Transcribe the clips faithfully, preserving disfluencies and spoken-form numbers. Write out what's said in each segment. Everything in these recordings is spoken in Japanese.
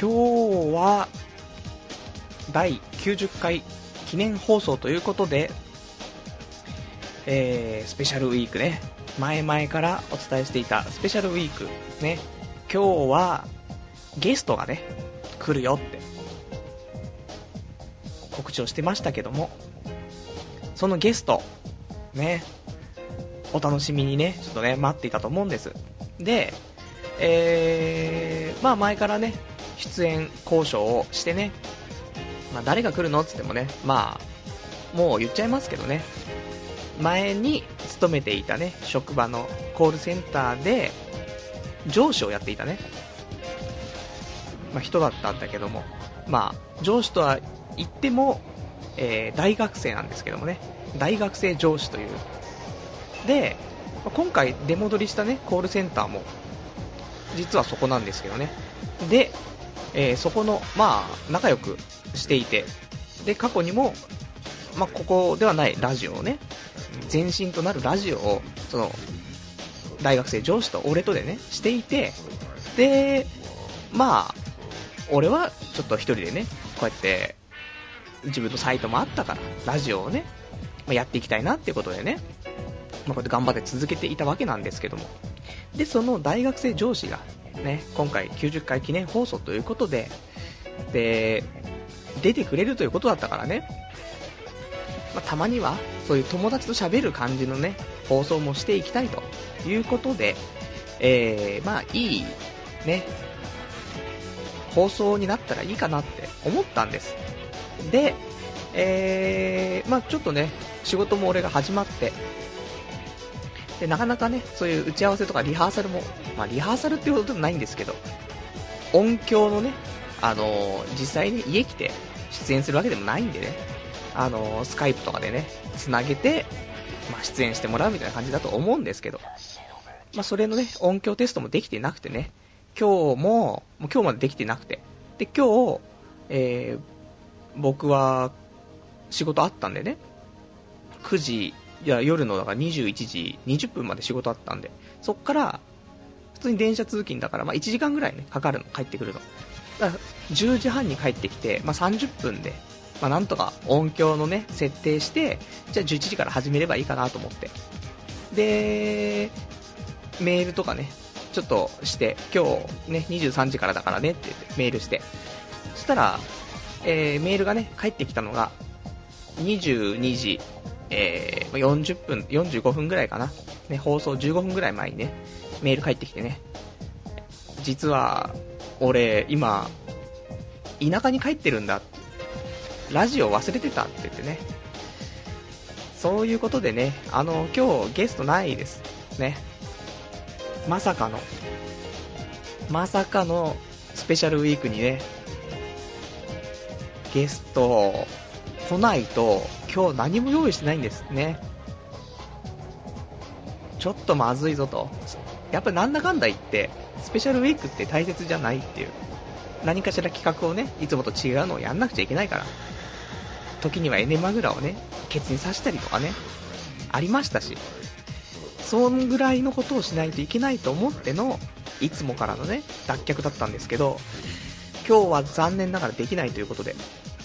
今日はだいきゅうじゅっかい記念放送ということで、えー、スペシャルウィークね、前々からお伝えしていたスペシャルウィークね、今日はゲストがね来るよって告知をしてましたけども、そのゲストね、お楽しみにね、ちょっとね待っていたと思うんです。で、えー、まあ前からね出演交渉をしてね、まあ誰が来るのって言ってもね、まあもう言っちゃいますけどね、前に勤めていたね職場のコールセンターで上司をやっていたね、まあ、人だったんだけども、まあ上司とは言っても、えー、大学生なんですけどもね、大学生上司というで、今回出戻りしたねコールセンターも実はそこなんですけどね。で、えー、そこのまあ仲良くしていて、で過去にもまあここではないラジオをね、前身となるラジオをその大学生上司と俺とでねしていて、でまあ俺はちょっと一人でねこうやって自分のサイトもあったからラジオをね、まあ、やっていきたいなっていうことでね、まあ、こうやって頑張って続けていたわけなんですけども、でその大学生上司がね今回きゅうじゅっかい記念放送ということで、で出てくれるということだったからね、まあ、たまにはそういう友達と喋る感じのね放送もしていきたいということで、えー、まあいいね放送になったらいいかなって思ったんです。で、えー、まあちょっとね仕事も俺が始まって、でなかなかねそういう打ち合わせとかリハーサルも、まあリハーサルっていうことでもないんですけど、音響のねあのー、実際に家来て出演するわけでもないんでね、あのー、スカイプとかでねつなげて、まあ、出演してもらうみたいな感じだと思うんですけど、まあそれのね音響テストもできてなくてね、今日ももう今日までできてなくて、で今日、えー、僕は仕事あったんでね、くじいや夜のだからにじゅういちじにじゅっぷんまで仕事あったんで、そっから普通に電車通勤だから、まあ、いちじかんぐらいねかかるの、帰ってくるのだからじゅうじはんに帰ってきて、まあ、さんじゅっぷんで、まあ、なんとか音響のね設定して、じゃあじゅういちじから始めればいいかなと思って、でメールとかねちょっとして、今日ねにじゅうさんじからだからねって言ってメールして、そしたら、えー、メールがね返ってきたのがにじゅうにじ、えー、よんじゅっぷんよんじゅうごふんぐらいかな、ね、放送じゅうごふんぐらい前にねメール返ってきてね、実は俺今田舎に帰ってるんだ、ラジオ忘れてたって言ってね、そういうことでね、あの今日ゲストないですね、まさかのまさかのスペシャルウィークにねゲスト来ないと今日何も用意してないんですね。ちょっとまずいぞと。やっぱりなんだかんだ言ってスペシャルウィークって大切じゃないっていう、何かしら企画をねいつもと違うのをやんなくちゃいけないから、時にはエネマグラをねケツに刺したりとかねありましたし、そんぐらいのことをしないといけないと思ってのいつもからのね脱却だったんですけど、今日は残念ながらできないということで、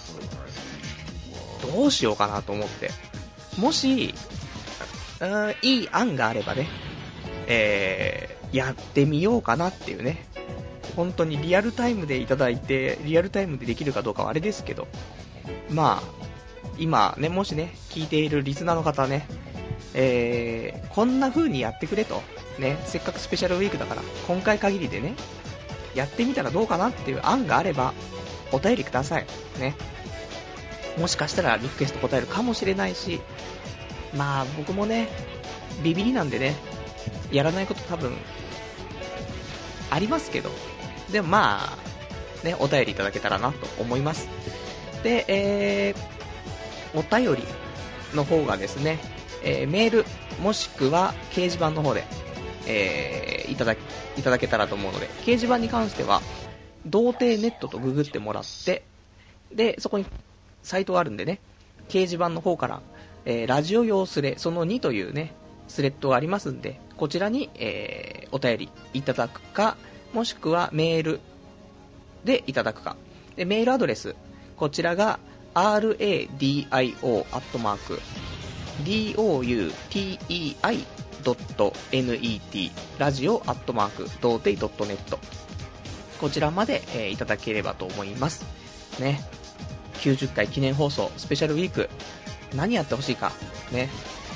どうしようかなと思って、もしうんいい案があればね、えー、やってみようかなっていうね、本当にリアルタイムでいただいてリアルタイムでできるかどうかはあれですけど、まあ今ねもしね聞いているリスナーの方ね、えー、こんな風にやってくれとね、せっかくスペシャルウィークだから今回限りでねやってみたらどうかなっていう案があればお便りくださいね。もしかしたらリクエスト答えるかもしれないし、まあ僕もねビビりなんでねやらないこと多分ありますけど、でもまあねお便りいただけたらなと思います。で、えー、お便りの方がですね、えー、メールもしくは掲示板の方で、えー、いただいただけたらと思うので、掲示板に関しては童貞ネットとググってもらって、でそこにサイトがあるんでね、掲示板の方から、えー、ラジオ用スレそのにというねスレッドがありますんで、こちらに、えー、お便りいただくか、もしくはメールでいただくか。で、メールアドレス、こちらが ラディオ アットマーク ドゥテイ ラジオアットマークドゥテイ ドットネット、こちらまで、えー、いただければと思いますね。きゅうじゅっかい記念放送スペシャルウィーク、何やってほしいかね。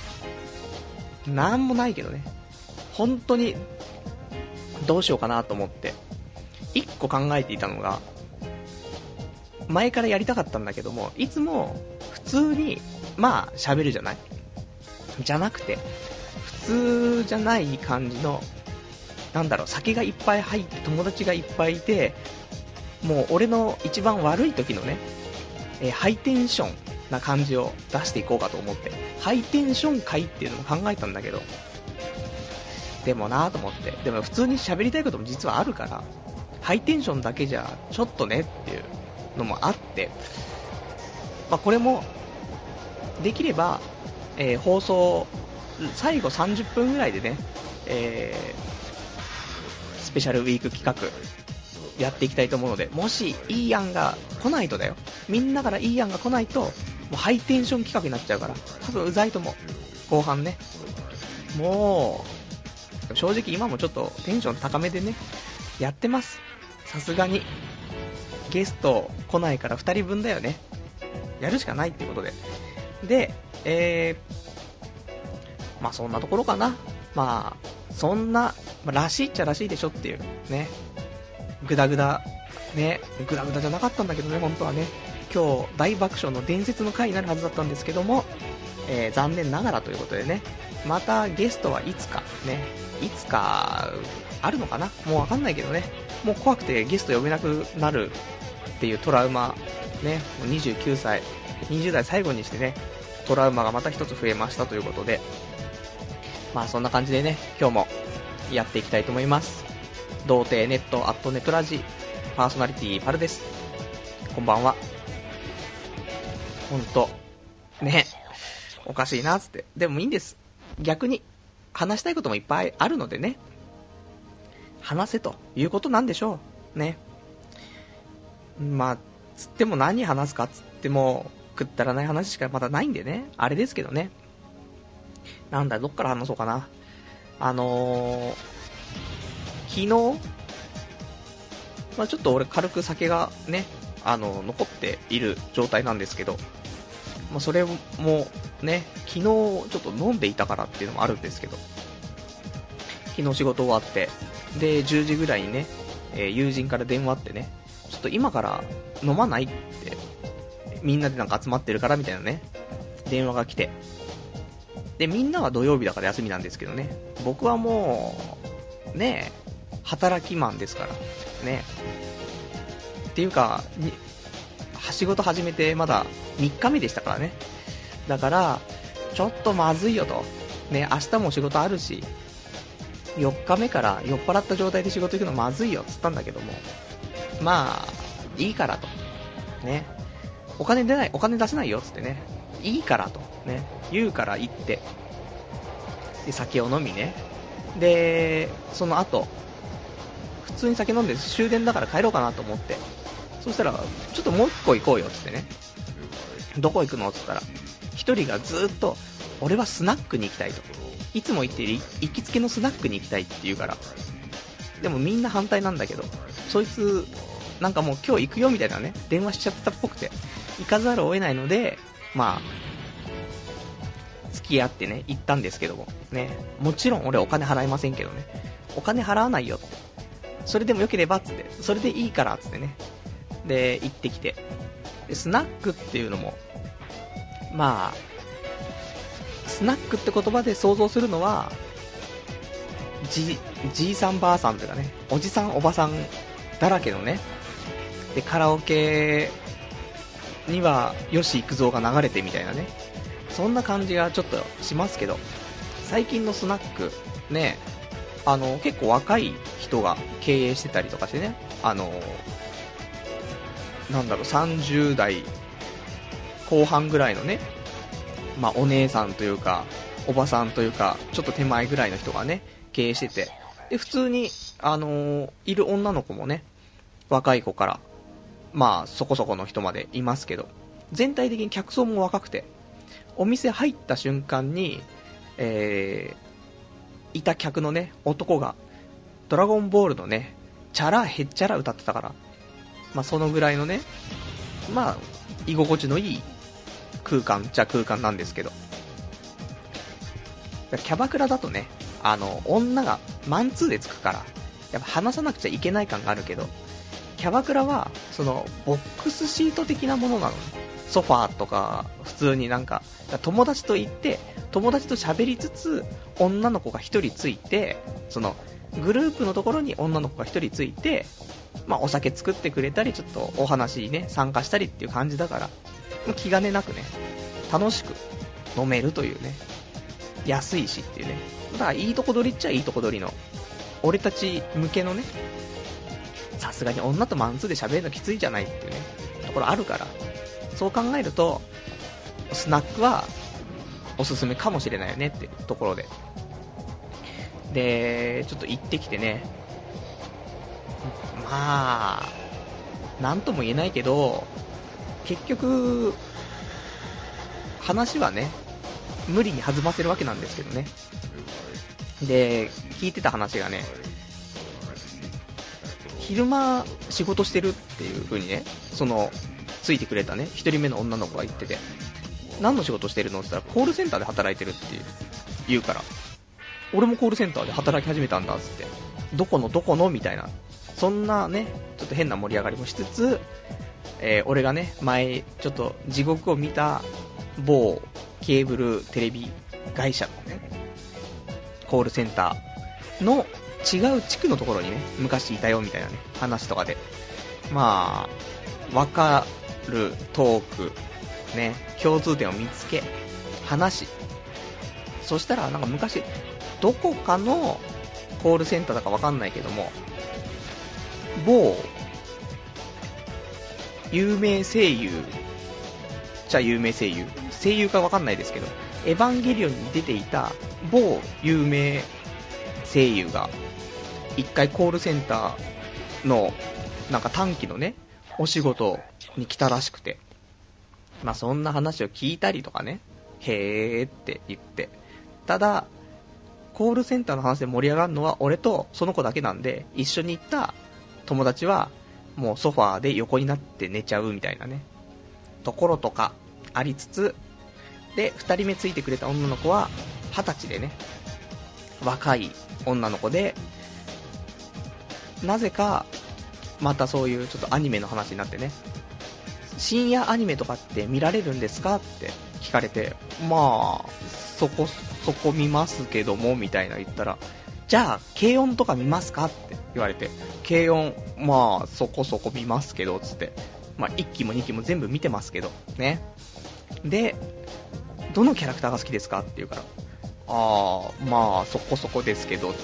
なんもないけどね、本当にどうしようかなと思って一個考えていたのが、前からやりたかったんだけども、いつも普通にまあ喋るじゃない、じゃなくて普通じゃない感じの、なんだろう、酒がいっぱい入って友達がいっぱいいて、もう俺の一番悪い時のね、えー、ハイテンションな感じを出していこうかと思って、ハイテンション会っていうのも考えたんだけど、でもなぁと思って、でも普通に喋りたいことも実はあるから、ハイテンションだけじゃちょっとねっていうのもあって、まあ、これもできれば、えー、放送最後さんじゅっぷんぐらいでね、えー、スペシャルウィーク企画やっていきたいと思うので、もしいい案が来ないとだよ、みんなからいい案が来ないともうハイテンション企画になっちゃうから、多分うざいと思う。後半ね、もう正直今もちょっとテンション高めでねやってます。さすがにゲスト来ないからふたりぶんだよね、やるしかないってことで。で、えー、まあそんなところかな。まあそんな、まあ、らしいっちゃらしいでしょっていうね、グダグダね、グダグダじゃなかったんだけどね、本当はね、今日大爆笑の伝説の回になるはずだったんですけども、えー、残念ながらということでね、またゲストはいつかね、いつかあるのかな、もうわかんないけどね、もう怖くてゲスト呼べなくなるっていうトラウマね、もうにじゅうきゅうさい、にじゅう代最後にしてね、トラウマがまた一つ増えましたということで、まあそんな感じでね、今日もやっていきたいと思います。童貞ネットアットネットラジパーソナリティパルです。こんばんは。ほんとね、おかしいなつって、でもいいんです。逆に話したいこともいっぱいあるのでね、話せということなんでしょうね。まあつっても何話すかつってもくったらない話しかまだないんでね、あれですけどね。なんだ、どっから話そうかな。あのー、昨日、まあ、ちょっと俺軽く酒がね、あの残っている状態なんですけど、まあ、それもね、昨日ちょっと飲んでいたからっていうのもあるんですけど、昨日仕事終わってでじゅうじぐらいにね、えー、友人から電話あってね、ちょっと今から飲まないって、みんなでなんか集まってるからみたいなね、電話が来て、でみんなは土曜日だから休みなんですけどね、僕はもうね働きマンですからね、っていうかに仕事始めてまだみっかめでしたからね。だからちょっとまずいよとね、明日も仕事あるし、よっかめから酔っ払った状態で仕事行くのまずいよっつったんだけども、まあいいからとね、お金出ない、お金出せないよっつってね、いいからとね言うから行って、で酒を飲みね、でその後普通に酒飲んで終電だから帰ろうかなと思って、そしたらちょっともう一個行こうよっつってね、どこ行くのっつったら、一人がずーっと俺はスナックに行きたいと、いつも行っている行きつけのスナックに行きたいって言うから、でもみんな反対なんだけど、そいつなんかもう今日行くよみたいなね電話しちゃったっぽくて、行かざるを得ないので、まあ付き合ってね行ったんですけどもね、もちろん俺お金払いませんけどね、お金払わないよって、それでもよければっつって、それでいいからっつってね、で行ってきて、でスナックっていうのもまあスナックって言葉で想像するのはじ, じいさんばあさんというかね、おじさんおばさんだらけのね、でカラオケには吉幾三が流れてみたいなね、そんな感じがちょっとしますけど、最近のスナックね、あの結構若い人が経営してたりとかしてね、あのなんだろうさんじゅう代後半ぐらいのね、まあお姉さんというかおばさんというかちょっと手前ぐらいの人がね経営してて、で普通にあのいる女の子もね、 若い子からまあそこそこの人までいますけど、全体的に客層も若くて、お店入った瞬間に、えー、いた客のね男がドラゴンボールのねチャラヘッチャラ歌ってたから、まあそのぐらいのね、まあ居心地のいい空間っちゃ空間なんですけど、キャバクラだとね、あの女がマンツーでつくからやっぱ話さなくちゃいけない感があるけど、キャバクラはそのボックスシート的なものなの。ソファーとか普通になんか友達と行って友達と喋りつつ女の子が一人ついて、そのグループのところに女の子が一人ついて、まあお酒作ってくれたりちょっとお話にね参加したりっていう感じだから、気兼ねなくね楽しく飲めるというね、安いしっていうね、だからいいとこ取りっちゃいいとこ取りの俺たち向けのね、さすがに女とマンツーで喋るのきついじゃないっていうねところあるから、そう考えるとスナックはおすすめかもしれないよねっていうところで、でちょっと行ってきてね、まあなんとも言えないけど結局話はね無理に弾ませるわけなんですけどね。で聞いてた話がね、昼間仕事してるっていう風にね、そのついてくれたね一人目の女の子が言ってて、何の仕事してるのって言ったらコールセンターで働いてるっていう言うから、俺もコールセンターで働き始めたんだっつって、どこのどこのみたいな、そんなねちょっと変な盛り上がりもしつつ、えー、俺がね前ちょっと地獄を見た某ケーブルテレビ会社のねコールセンターの違う地区のところにね昔いたよみたいなね話とかで、まあわかるトークね、共通点を見つけ話、そしたらなんか昔どこかのコールセンターだかわかんないけども、某有名声優じゃ有名声優声優かわかんないですけど、エヴァンゲリオンに出ていた某有名声優が一回コールセンターのなんか短期のねお仕事に来たらしくて、まあそんな話を聞いたりとかね、へーって言って、ただコールセンターの話で盛り上がるのは俺とその子だけなんで、一緒に行った友達はもうソファーで横になって寝ちゃうみたいなねところとかありつつ、で二人目ついてくれた女の子は二十歳でね若い女の子で、なぜかまたそういうちょっとアニメの話になってね、深夜アニメとかって見られるんですかって聞かれて、まあそこそこ見ますけどもみたいな言ったら、じゃあ軽音とか見ますかって言われて、軽音まあそこそこ見ますけどつって、まあいっきもにきも全部見てますけどね。でどのキャラクターが好きですかって言うから、ああまあそこそこですけどって、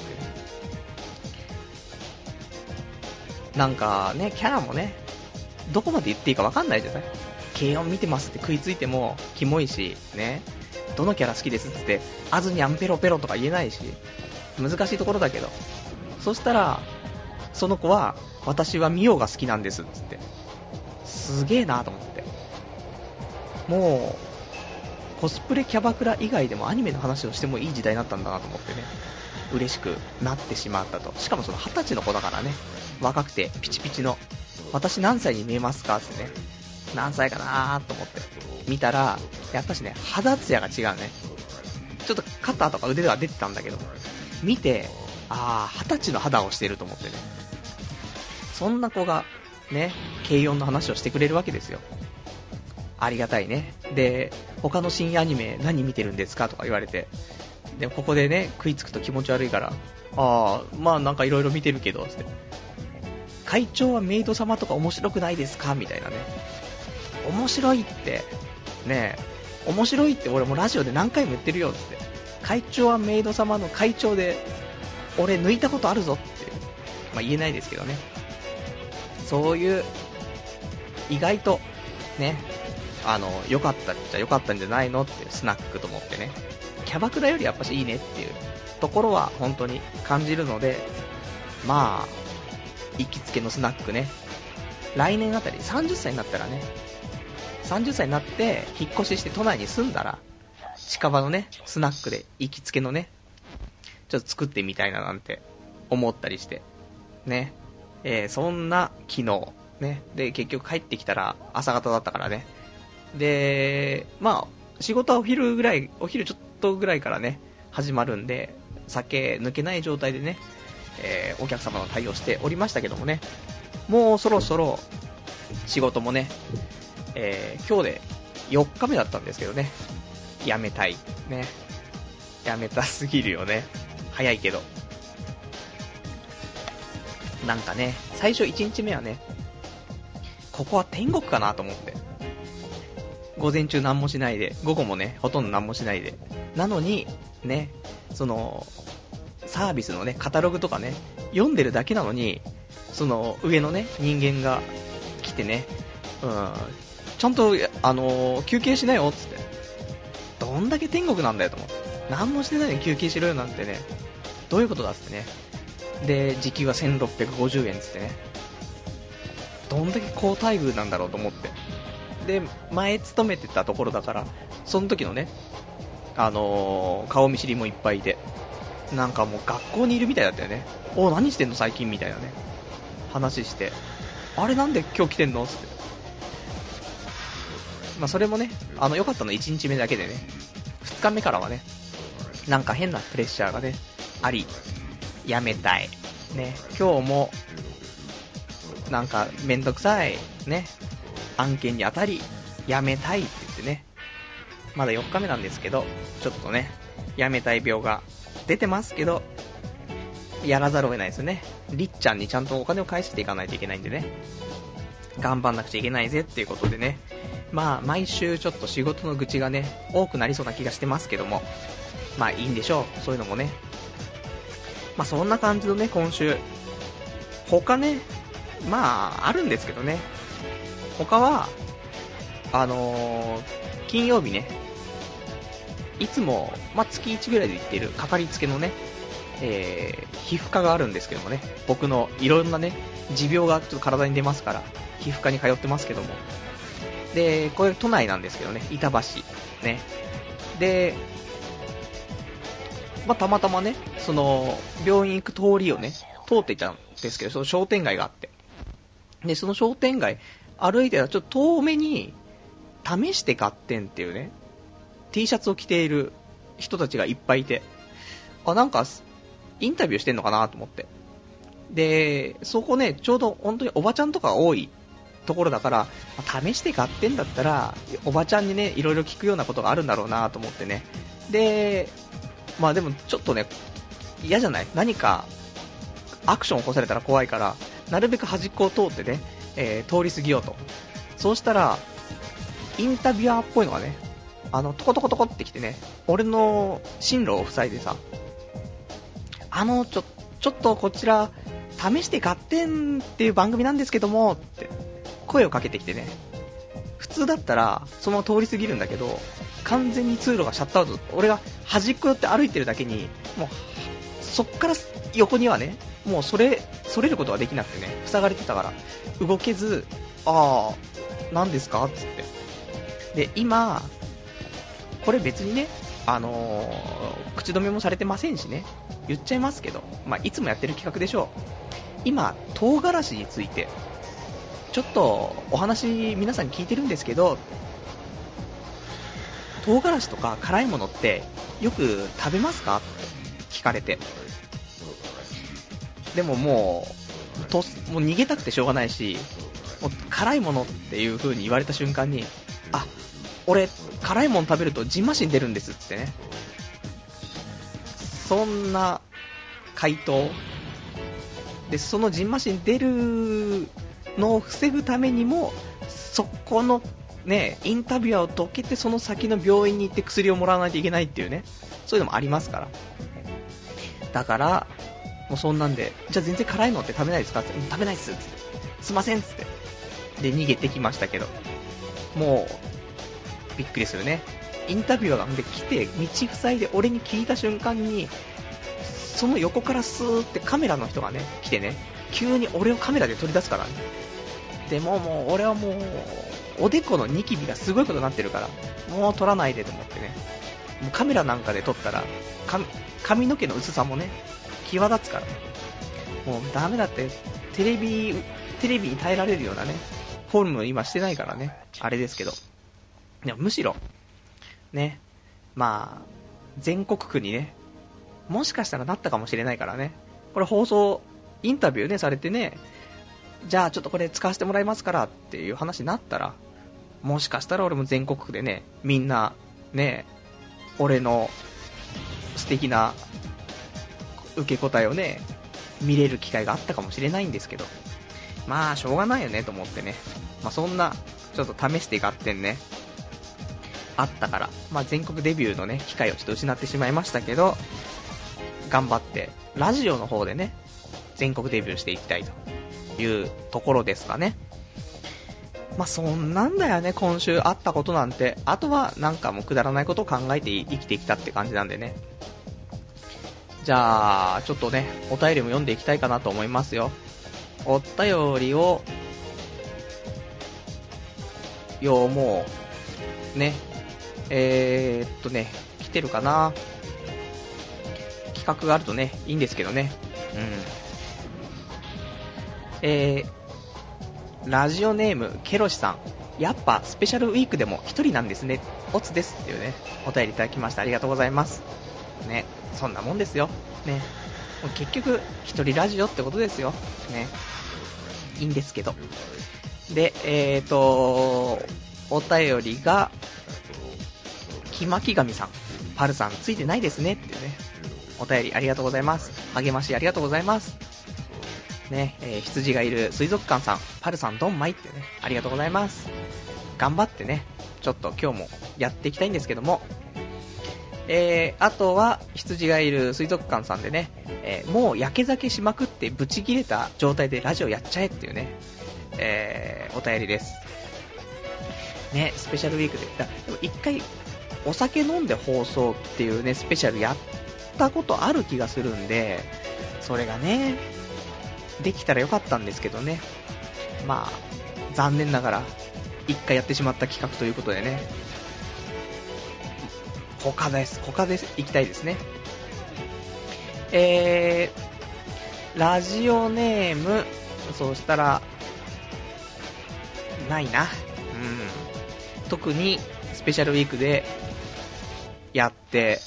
なんかねキャラもねどこまで言っていいか分かんないじゃない。軽音見てますって食いついてもキモいしね、どのキャラ好きですってあずにゃんペロペロとか言えないし難しいところだけど、そしたらその子は私はミオが好きなんですっつって、すげえなと思って、もうコスプレキャバクラ以外でもアニメの話をしてもいい時代になったんだなと思ってね、嬉しくなってしまったと。しかもその二十歳の子だからね、若くてピチピチの、私何歳に見えますかってね、何歳かなと思って見たら、やっぱしね肌ツヤが違うね。ちょっと肩とか腕が出てたんだけど、見てあー二十歳の肌をしてると思ってね、そんな子がね軽音の話をしてくれるわけですよ。ありがたいね。で他の深夜アニメ何見てるんですかとか言われて、でここでね食いつくと気持ち悪いから、あーまあなんかいろいろ見てるけどつって、会長はメイド様とか面白くないですかみたいなね。面白いってねえ、面白いって俺もラジオで何回も言ってるよって、会長はメイド様の会長で俺抜いたことあるぞって、まあ言えないですけどね、そういう意外とねあの良かったっちゃ良かったんじゃないのっていうスナックと思ってね、キャバクラよりやっぱしいいねっていうところは本当に感じるので、まあ行きつけのスナックね、来年あたりさんじゅっさいになったらね、さんじゅっさいになって引っ越しして都内に住んだら、近場のねスナックで行きつけのねちょっと作ってみたいななんて思ったりしてね、えー、そんな昨日ね、で結局帰ってきたら朝方だったからね、でまあ仕事はお昼ぐらい、お昼ちょっとぐらいからね始まるんで、酒抜けない状態でね、えー、お客様の対応しておりましたけどもね、もうそろそろ仕事もね、えー、今日でよっかめだったんですけどね、やめたいね、やめたすぎるよね、早いけど、なんかね最初いちにちめはね、ここは天国かなと思って、午前中何もしないで、午後もねほとんど何もしないで、なのにね、そのサービスのねカタログとかね読んでるだけなのに、その上のね人間が来てね、うん、ちゃんとあのー、休憩しなよっつって、どんだけ天国なんだよと思って、何もしてないのに休憩しろよなんてね、どういうことだっつってね、で時給はせんろっぴゃくごじゅうえんっつってね、どんだけ高待遇なんだろうと思って、で前勤めてたところだから、その時のねあのー、顔見知りもいっぱいいて、なんかもう学校にいるみたいだったよね。お何してんの最近みたいなね話して、あれなんで今日来てんのって、まあそれもね、あの良かったのいちにちめだけでね、ふつかめからはねなんか変なプレッシャーがねあり、やめたいね、今日もなんかめんどくさいね案件に当たりやめたいって言ってね、まだよっかめなんですけど、ちょっとねやめたい病が出てますけど、やらざるを得ないですよね。りっちゃんにちゃんとお金を返していかないといけないんでね、頑張んなくちゃいけないぜっていうことでね、まあ毎週ちょっと仕事の愚痴がね多くなりそうな気がしてますけども、まあいいんでしょう、そういうのもね。まあそんな感じのね今週、他ねまああるんですけどね、他はあのー、金曜日ね、いつも、まあ、月いちぐらいで行っているかかりつけのね、えー、皮膚科があるんですけどもね、僕のいろんなね持病がちょっと体に出ますから皮膚科に通ってますけども、でこれ都内なんですけどね、板橋ねで、まあ、たまたまねその病院行く通りをね通っていたんですけど、その商店街があって、でその商店街歩いてたらちょっと遠目に試して買ってんっていうね T シャツを着ている人たちがいっぱいいて、あなんかインタビューしてんのかなと思って、でそこねちょうど本当におばちゃんとかが多いところだから、試して買ってんだったらおばちゃんにねいろいろ聞くようなことがあるんだろうなと思ってね、でまあでもちょっとね嫌じゃない、何かアクションを起こされたら怖いから、なるべく端っこを通ってね、えー、通り過ぎようと。そうしたらインタビュアーっぽいのがね、あのトコトコトコってきてね、俺の進路を塞いでさ、あのちょちょっとこちら試して買ってんっていう番組なんですけどもって声をかけてきてね、普通だったらそのまま通り過ぎるんだけど、完全に通路がシャットアウト、俺が端っこ寄って歩いてるだけに、もうそっから横にはねもうそれそれることができなくてね、塞がれてたから動けず、あー何ですかっつって、で今これ別にね、あのー、口止めもされてませんしね、言っちゃいますけど、まあ、いつもやってる企画でしょう。今唐辛子についてちょっとお話皆さんに聞いてるんですけど、唐辛子とか辛いものってよく食べますかって聞かれて、でももうともう逃げたくてしょうがないし、もう辛いものっていう風に言われた瞬間に、あ、俺辛いもの食べるとジンマシン出るんですってね、そんな回答で、そのジンマシン出るのを防ぐためにもそこのねインタビュアーをどけてその先の病院に行って薬をもらわないといけないっていうね、そういうのもありますから、だからもうそんなんで、じゃあ全然辛いのって食べないですかって、食べないっすっつって、すいませんっつってで逃げてきましたけど、もうびっくりするね。インタビュアーがで来て道塞いで俺に聞いた瞬間に、その横からスーってカメラの人がね来てね、 急に俺をカメラで撮り出すからね。でももう俺はもうおでこのニキビがすごいことになってるから、もう撮らないでと思ってね。もうカメラなんかで撮ったら髪の毛の薄さもね際立つから、もうダメだって。テレビテレビに耐えられるようなねフォルム今してないからね、あれですけど。でもむしろね、まあ全国区にねもしかしたらなったかもしれないからね。これ放送インタビューねされてね、じゃあちょっとこれ使わせてもらいますからっていう話になったら、もしかしたら俺も全国区でねみんなね俺の素敵な受け答えをね見れる機会があったかもしれないんですけど、まあしょうがないよねと思ってね。まあそんなちょっと試してがってんねあったから、まあ全国デビューのね機会をちょっと失ってしまいましたけど、頑張ってラジオの方でね全国デビューしていきたいというところですかね。まあそんなんだよね、今週あったことなんて。あとはなんかもうくだらないことを考えて生きてきたって感じなんでね。じゃあちょっとねお便りも読んでいきたいかなと思いますよ。お便りを読もうね。えー、っとね来てるかな。企画があるとねいいんですけどね。うん。えー、ラジオネームケロシさん、やっぱスペシャルウィークでも一人なんですね、オツですっていうねお便りいただきました。ありがとうございますね。そんなもんですよね。もう結局一人ラジオってことですよね。いいんですけど。で、えーとお便りがきまきがみさん、パルさんついてないですねっていうねお便りありがとうございます。励ましありがとうございますね。えー、羊がいる水族館さん、パルさんドンマイってねありがとうございます。頑張ってねちょっと今日もやっていきたいんですけども、えー、あとは羊がいる水族館さんでね、えー、もうやけ酒しまくってブチ切れた状態でラジオやっちゃえっていうね、えー、お便りですね。スペシャルウィークでだでも一回お酒飲んで放送っていうねスペシャルやったことある気がするんで、それがねできたらよかったんですけどね。まあ残念ながら一回やってしまった企画ということでね、他です他です行きたいですね。えー、ラジオネーム、そうしたらないな、うん、特にスペシャルウィークでやって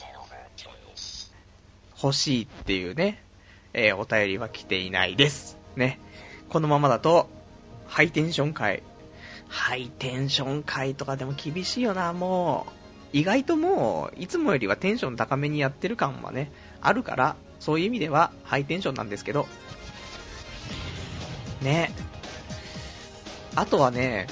欲しいっていうね、えー、お便りは来ていないですね。このままだとハイテンション回ハイテンション回とかでも厳しいよな。もう意外ともういつもよりはテンション高めにやってる感はねあるから、そういう意味ではハイテンションなんですけどね。あとはね、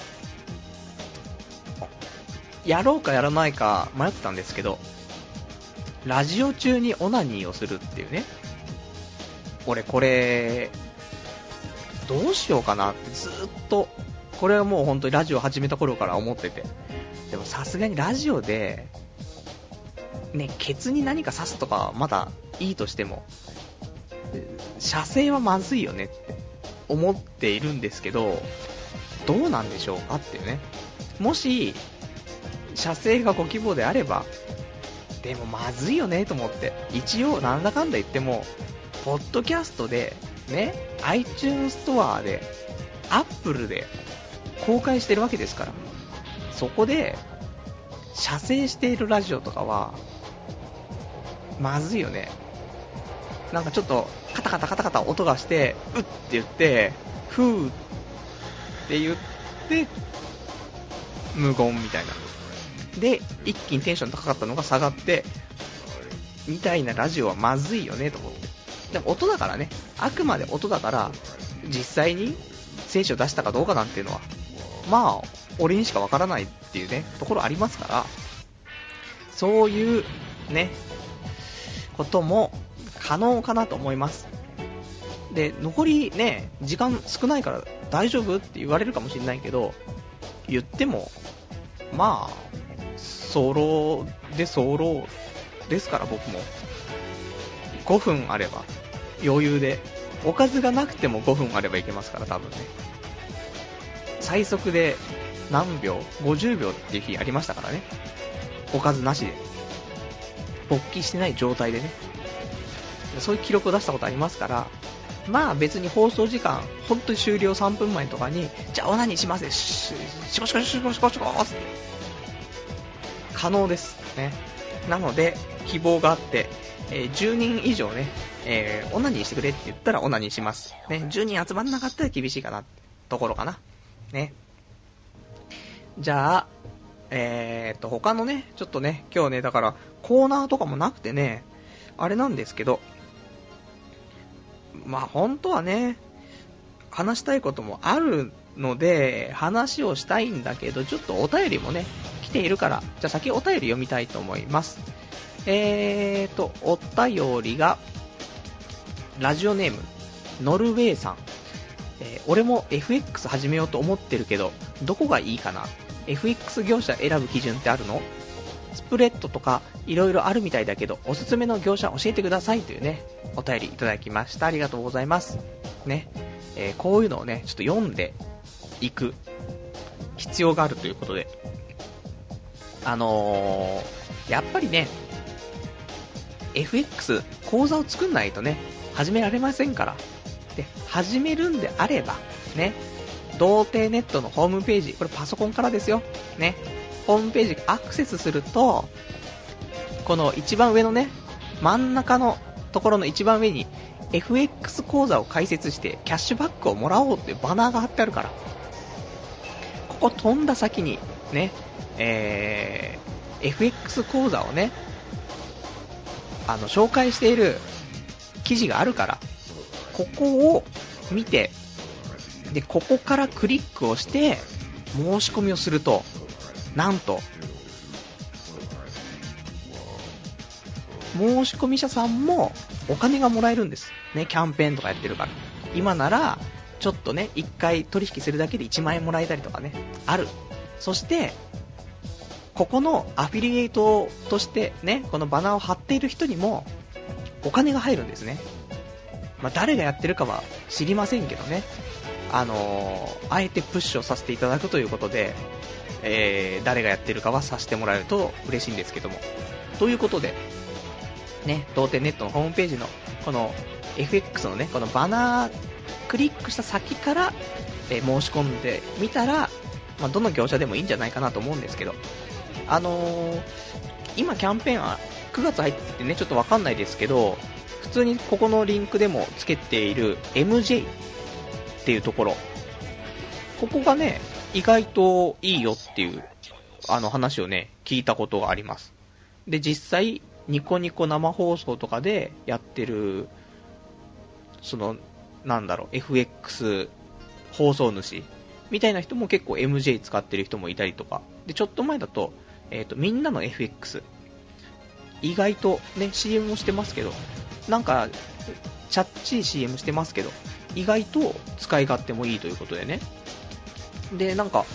やろうかやらないか迷ってたんですけど、ラジオ中にオナニーをするっていうね。俺これどうしようかなってずっと、これはもう本当にラジオ始めた頃から思ってて、でもさすがにラジオでねケツに何か刺すとかまだいいとしても射精はまずいよねって思っているんですけど、どうなんでしょうかっていうね。もし射精がご希望であれば、でもまずいよねと思って、一応なんだかんだ言ってもポッドキャストでね iTunes ストアで Apple で公開してるわけですから、そこで射精しているラジオとかはまずいよね。なんかちょっとカタカタカタカタ音がしてうって言ってふーって言って無言みたいなで一気にテンション高かったのが下がってみたいなラジオはまずいよねと思って。でも音だからね、あくまで音だから実際に精子を出したかどうかなんていうのはまあ俺にしかわからないっていうねところありますから、そういうねことも可能かなと思います。で残りね時間少ないから大丈夫って言われるかもしれないけど、言ってもまあソロでソロですから、僕もごふんあれば余裕でおかずがなくてもごふんあればいけますから、多分ね。最速で何秒 ?ごじゅう 秒っていう日ありましたからね。おかずなしで。勃起してない状態でね。そういう記録を出したことありますから、まあ別に放送時間、本当に終了さんぷんまえとかに、じゃあオナニーしますね。ししこしこしこしこしこって。可能ですね。なので、希望があって、えー、じゅうにん以上ね、えー、オナニーしてくれって言ったらオナニーします。ね、じゅうにん集まんなかったら厳しいかな、ところかな。ね。じゃあ、えーと、他のね、ちょっとね、今日ね、だから、コーナーとかもなくてね、あれなんですけど、まあ本当はね、話したいこともあるので、話をしたいんだけど、ちょっとお便りもね、来ているから、じゃあ先お便り読みたいと思います。えーと、お便りが、ラジオネーム、ノルウェーさん。えー、俺も エフエックス 始めようと思ってるけど、どこがいいかな？ エフエックス 業者選ぶ基準ってあるの？スプレッドとかいろいろあるみたいだけど、おすすめの業者教えてくださいというね、お便りいただきました。ありがとうございます。ね、えー、こういうのをね、ちょっと読んでいく必要があるということで、あのー、やっぱりね、エフエックス 講座を作んないとね、始められませんから。で、始めるんであれば、ね、童貞ネットのホームページ、これパソコンからですよ。ね、ホームページアクセスすると、この一番上のね、真ん中のところの一番上に エフエックス 講座を開設してキャッシュバックをもらおうっていうバナーが貼ってあるから、ここ飛んだ先にね、えー、エフエックス 講座をね、あの紹介している記事があるから、ここを見て、でここからクリックをして申し込みをすると、なんと申し込み者さんもお金がもらえるんですね。キャンペーンとかやってるから、今ならちょっとね、いっかい取引するだけでいちまんえんもらえたりとかね、ある。そしてここのアフィリエイトとしてね、このバナーを貼っている人にもお金が入るんですね。まあ、誰がやってるかは知りませんけどね、あのー、あえてプッシュをさせていただくということで、えー、誰がやってるかはさせてもらえると嬉しいんですけども、ということでね、童貞ネットのホームページのこの エフエックス のね、このバナークリックした先から、えー、申し込んでみたら、まあ、どの業者でもいいんじゃないかなと思うんですけど、あのー、今キャンペーンはくがつ入っててね、ちょっとわかんないですけど、普通にここのリンクでもつけている エムジェイ っていうところ、ここがね、意外といいよっていうあの話をね、聞いたことがあります。で、実際ニコニコ生放送とかでやってる、そのなんだろう、 エフエックス 放送主みたいな人も結構 エムジェイ 使ってる人もいたりとかで、ちょっと前だと、えーと、みんなの エフエックス 意外とね シーエム もしてますけど、なんかチャッチー シーエム してますけど、意外と使い勝手もいいということでね。で、なんか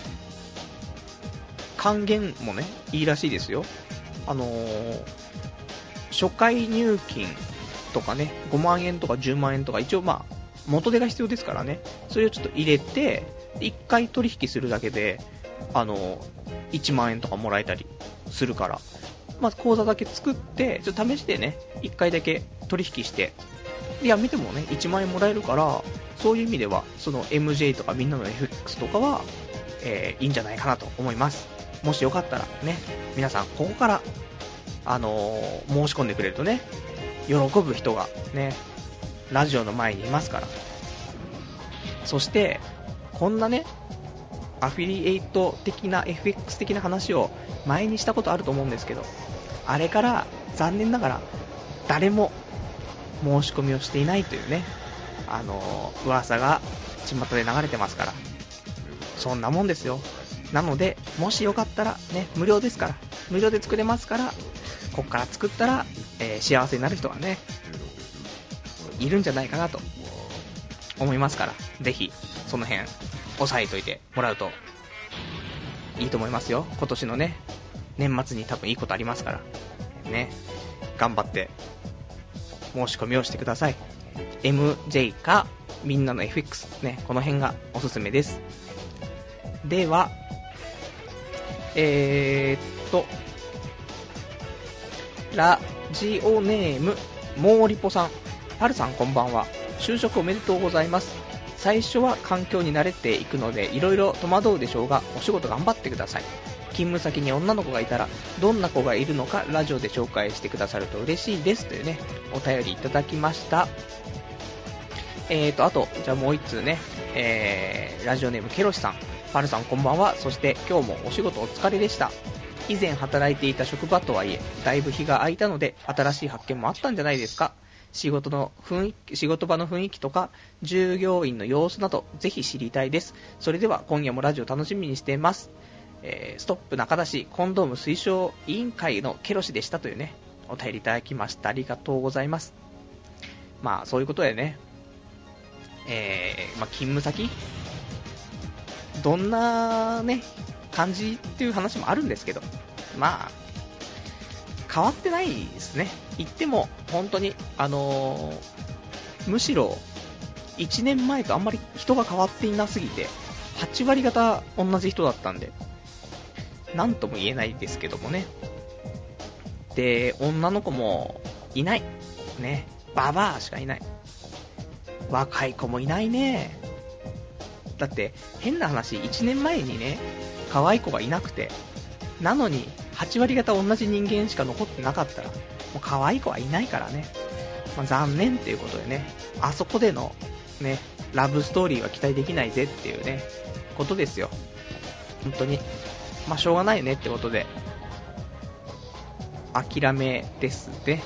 還元もねいいらしいですよ。あのー、初回入金とかね、ごまんえんとかじゅうまんえんとか、一応まあ元手が必要ですからね、それをちょっと入れていっかい取引するだけで、あのー、いちまんえんとかもらえたりするから、まず口座だけ作ってちょっと試してね、いっかいだけ取引してでやめてもねいちまんえんもらえるから、そういう意味ではその エムジェイ とかみんなの エフエックス とかは、えー、いいんじゃないかなと思います。もしよかったらね、皆さんここからあのー、申し込んでくれるとね、喜ぶ人がねラジオの前にいますから。そしてこんなねアフィリエイト的な エフエックス 的な話を前にしたことあると思うんですけど、あれから残念ながら誰も申し込みをしていないというね、あのー、噂が巷で流れてますから、そんなもんですよ。なのでもしよかったらね、無料ですから、無料で作れますから、こっから作ったら、えー、幸せになる人がねいるんじゃないかなと思いますから、ぜひその辺押さえといてもらうといいと思いますよ。今年のね年末に多分いいことありますからね、頑張って申し込みをしてください。 エムジェイ かみんなの エフエックス ね、この辺がおすすめです。ではえーっとラジオネームモーリポさん、パルさんこんばんは。就職おめでとうございます。最初は環境に慣れていくのでいろいろ戸惑うでしょうが、お仕事頑張ってください。勤務先に女の子がいたらどんな子がいるのかラジオで紹介してくださると嬉しいですというね、お便りいただきました。えーとあとじゃあもう一通ね、えー、ラジオネームケロシさん、パルさんこんばんは。そして今日もお仕事お疲れでした。以前働いていた職場とはいえだいぶ日が空いたので新しい発見もあったんじゃないですか。仕事の雰囲気、仕事場の雰囲気とか従業員の様子などぜひ知りたいです。それでは今夜もラジオ楽しみにしています。えー、ストップ中出しコンドーム推奨委員会のケロシでしたというね、お便りいただきました。ありがとうございます。まあそういうことでね、えーまあ、勤務先どんなね感じっていう話もあるんですけど、まあ変わってないですね。言っても本当にあのー、むしろいちねんまえとあんまり人が変わっていなすぎてはちわり方同じ人だったんでなんとも言えないですけどもね。で女の子もいないね、ババアしかいない、若い子もいないね。だって変な話いちねんまえにね可愛い子がいなくて、なのにはちわり方同じ人間しか残ってなかったらもう可愛い子はいないからね、まあ、残念っていうことでね、あそこでのねラブストーリーは期待できないぜっていうねことですよ本当に。まあしょうがないよねってことで諦めですね。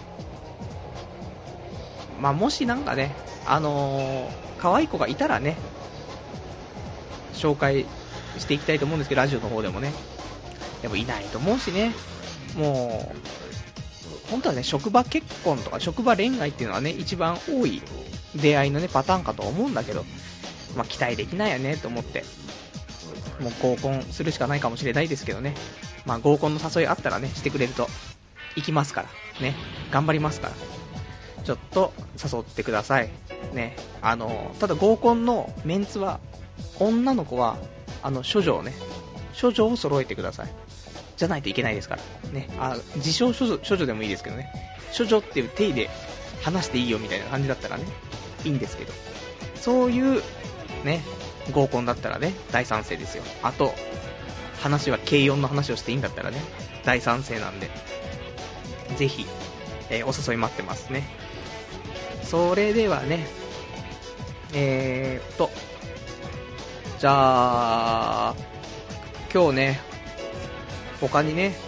まあもしなんかねあのー、可愛い子がいたらね紹介していきたいと思うんですけど、ラジオの方でもね。でもいないと思うしね、もう本当はね職場結婚とか職場恋愛っていうのはね一番多い出会いのねパターンかと思うんだけど、まあ期待できないよねと思ってもう合コンするしかないかもしれないですけどね。まあ合コンの誘いあったらねしてくれると行きますからね、頑張りますからちょっと誘ってくださいね。あのただ合コンのメンツは女の子はあの処女をね処女を揃えてくださいじゃないといけないですからね。あ自称処女、処女でもいいですけどね、処女っていう体で話していいよみたいな感じだったらねいいんですけど、そういうね合コンだったらね大賛成ですよ。あと話は軽音の話をしていいんだったらね大賛成なんでぜひ、えー、お誘い待ってますね。それではねえーっとじゃあ今日ね他にね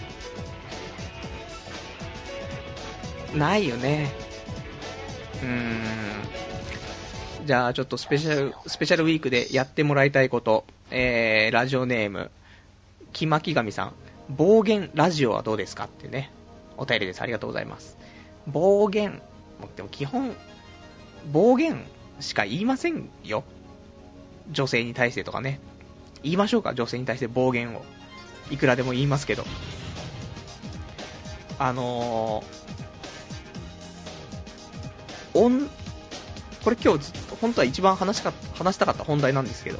ないよね。うーんじゃあちょっとスペシャルスペシャルウィークでやってもらいたいこと、えー、ラジオネームきまきがみさん、暴言ラジオはどうですかってねお便りです。ありがとうございます。暴言でも基本暴言しか言いませんよ、女性に対してとかね。言いましょうか、女性に対して暴言をいくらでも言いますけど、あのー、おんこれ今日本当は一番話しか話したかった本題なんですけど、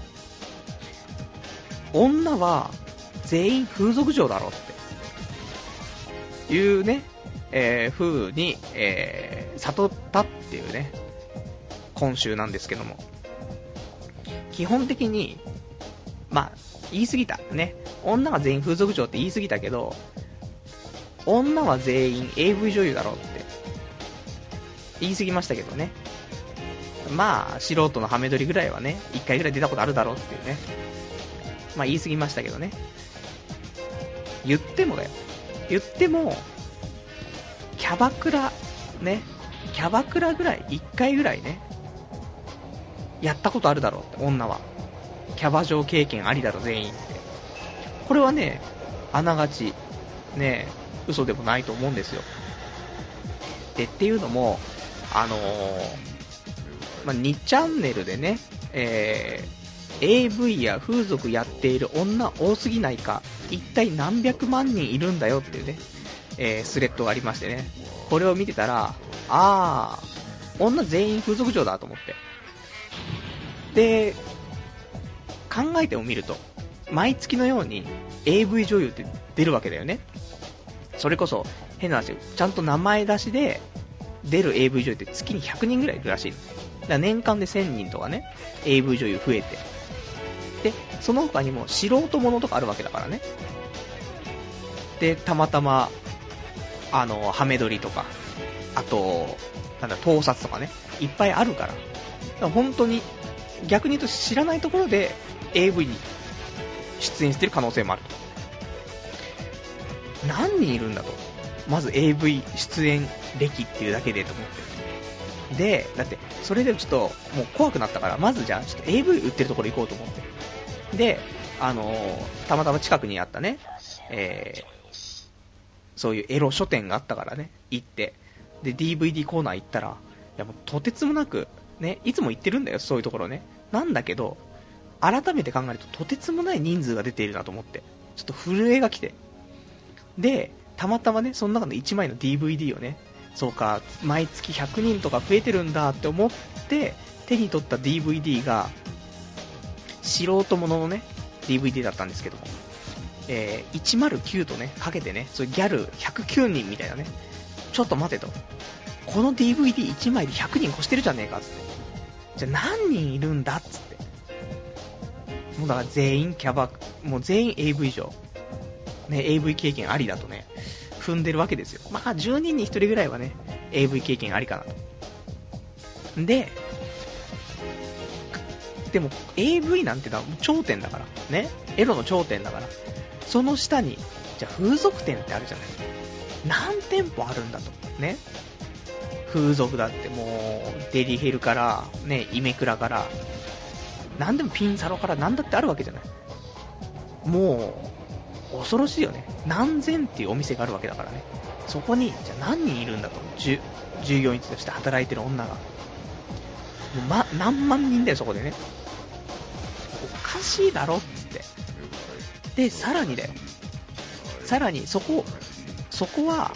女は全員風俗嬢だろっていうね、えー、風に、えー、悟ったっていうね今週なんですけども、基本的にまあ言い過ぎたね、女が全員風俗嬢って言い過ぎたけど、女は全員 エーブイ 女優だろって言い過ぎましたけどね。まあ素人のハメ撮りぐらいはねいっかいぐらい出たことあるだろうっていうね、まあ言い過ぎましたけどね。言ってもだよ、言ってもキャバクラね、キャバクラぐらいいっかいぐらいねやったことあるだろうって、女はキャバ嬢経験ありだろ全員って。これはねあながちね嘘でもないと思うんですよ。でっていうのもあのーまあ、にチャンネルでね、えー、エーブイ や風俗やっている女多すぎないか、一体何百万人いるんだよっていうね、えー、スレッドがありましてね、これを見てたらあ女全員風俗嬢だと思って。で、考えてもみると、毎月のように エーブイ 女優って出るわけだよね。それこそ、変な話、ちゃんと名前出しで出る エーブイ 女優って月にひゃくにんぐらいいるらしいの。だから年間でせんにんとかね、エーブイ 女優増えて。で、その他にも素人ものとかあるわけだからね。で、たまたま、あの、ハメ撮りとか、あと、なんだ、盗撮とかね、いっぱいあるから。だから本当に、逆に言うと知らないところで エーブイ に出演してる可能性もあると。何人いるんだと。まず エーブイ 出演歴っていうだけでと思って。で、だって、それでちょっと、もう怖くなったから、まずじゃあ、ちょっと エーブイ 売ってるところ行こうと思って。で、あのー、たまたま近くにあったね、えー、そういうエロ書店があったからね、行って、で、ディーブイディー コーナー行ったら、いやもうとてつもなく、ね、いつも行ってるんだよ、そういうところね。なんだけど、改めて考えるととてつもない人数が出ているなと思って、ちょっと震えが来て。で、たまたまね、その中のいちまいの ディーブイディー をね、そうか、毎月ひゃくにんとか増えてるんだって思って、手に取った ディーブイディー が、素人もののね、ディーブイディー だったんですけども、えー、いちまるきゅうとね、かけてね、そういうギャルひゃくきゅうにんみたいなね、ちょっと待てと。この ディーブイディーいち 枚でひゃくにん越してるじゃねえかっつって。じゃあ何人いるんだっつって。もうだから全員キャバ、もう全員 エーブイ 上。ね、エーブイ 経験ありだとね、踏んでるわけですよ。まあじゅうにんにひとりぐらいはね、エーブイ 経験ありかなと。で、でも エーブイ なんてのは頂点だから。ね。エロの頂点だから。その下に、じゃあ風俗店ってあるじゃない。何店舗あるんだと。ね。風俗だってもう、デリヘルから、ね、イメクラから、なんでもピンサロからなんだってあるわけじゃない。もう、恐ろしいよね。何千っていうお店があるわけだからね。そこに、じゃあ何人いるんだと。従業員として働いてる女が。もうま、何万人だよ、そこでね。おかしいだろっつって。で、さらにだよ。さらに、そこ、そこは、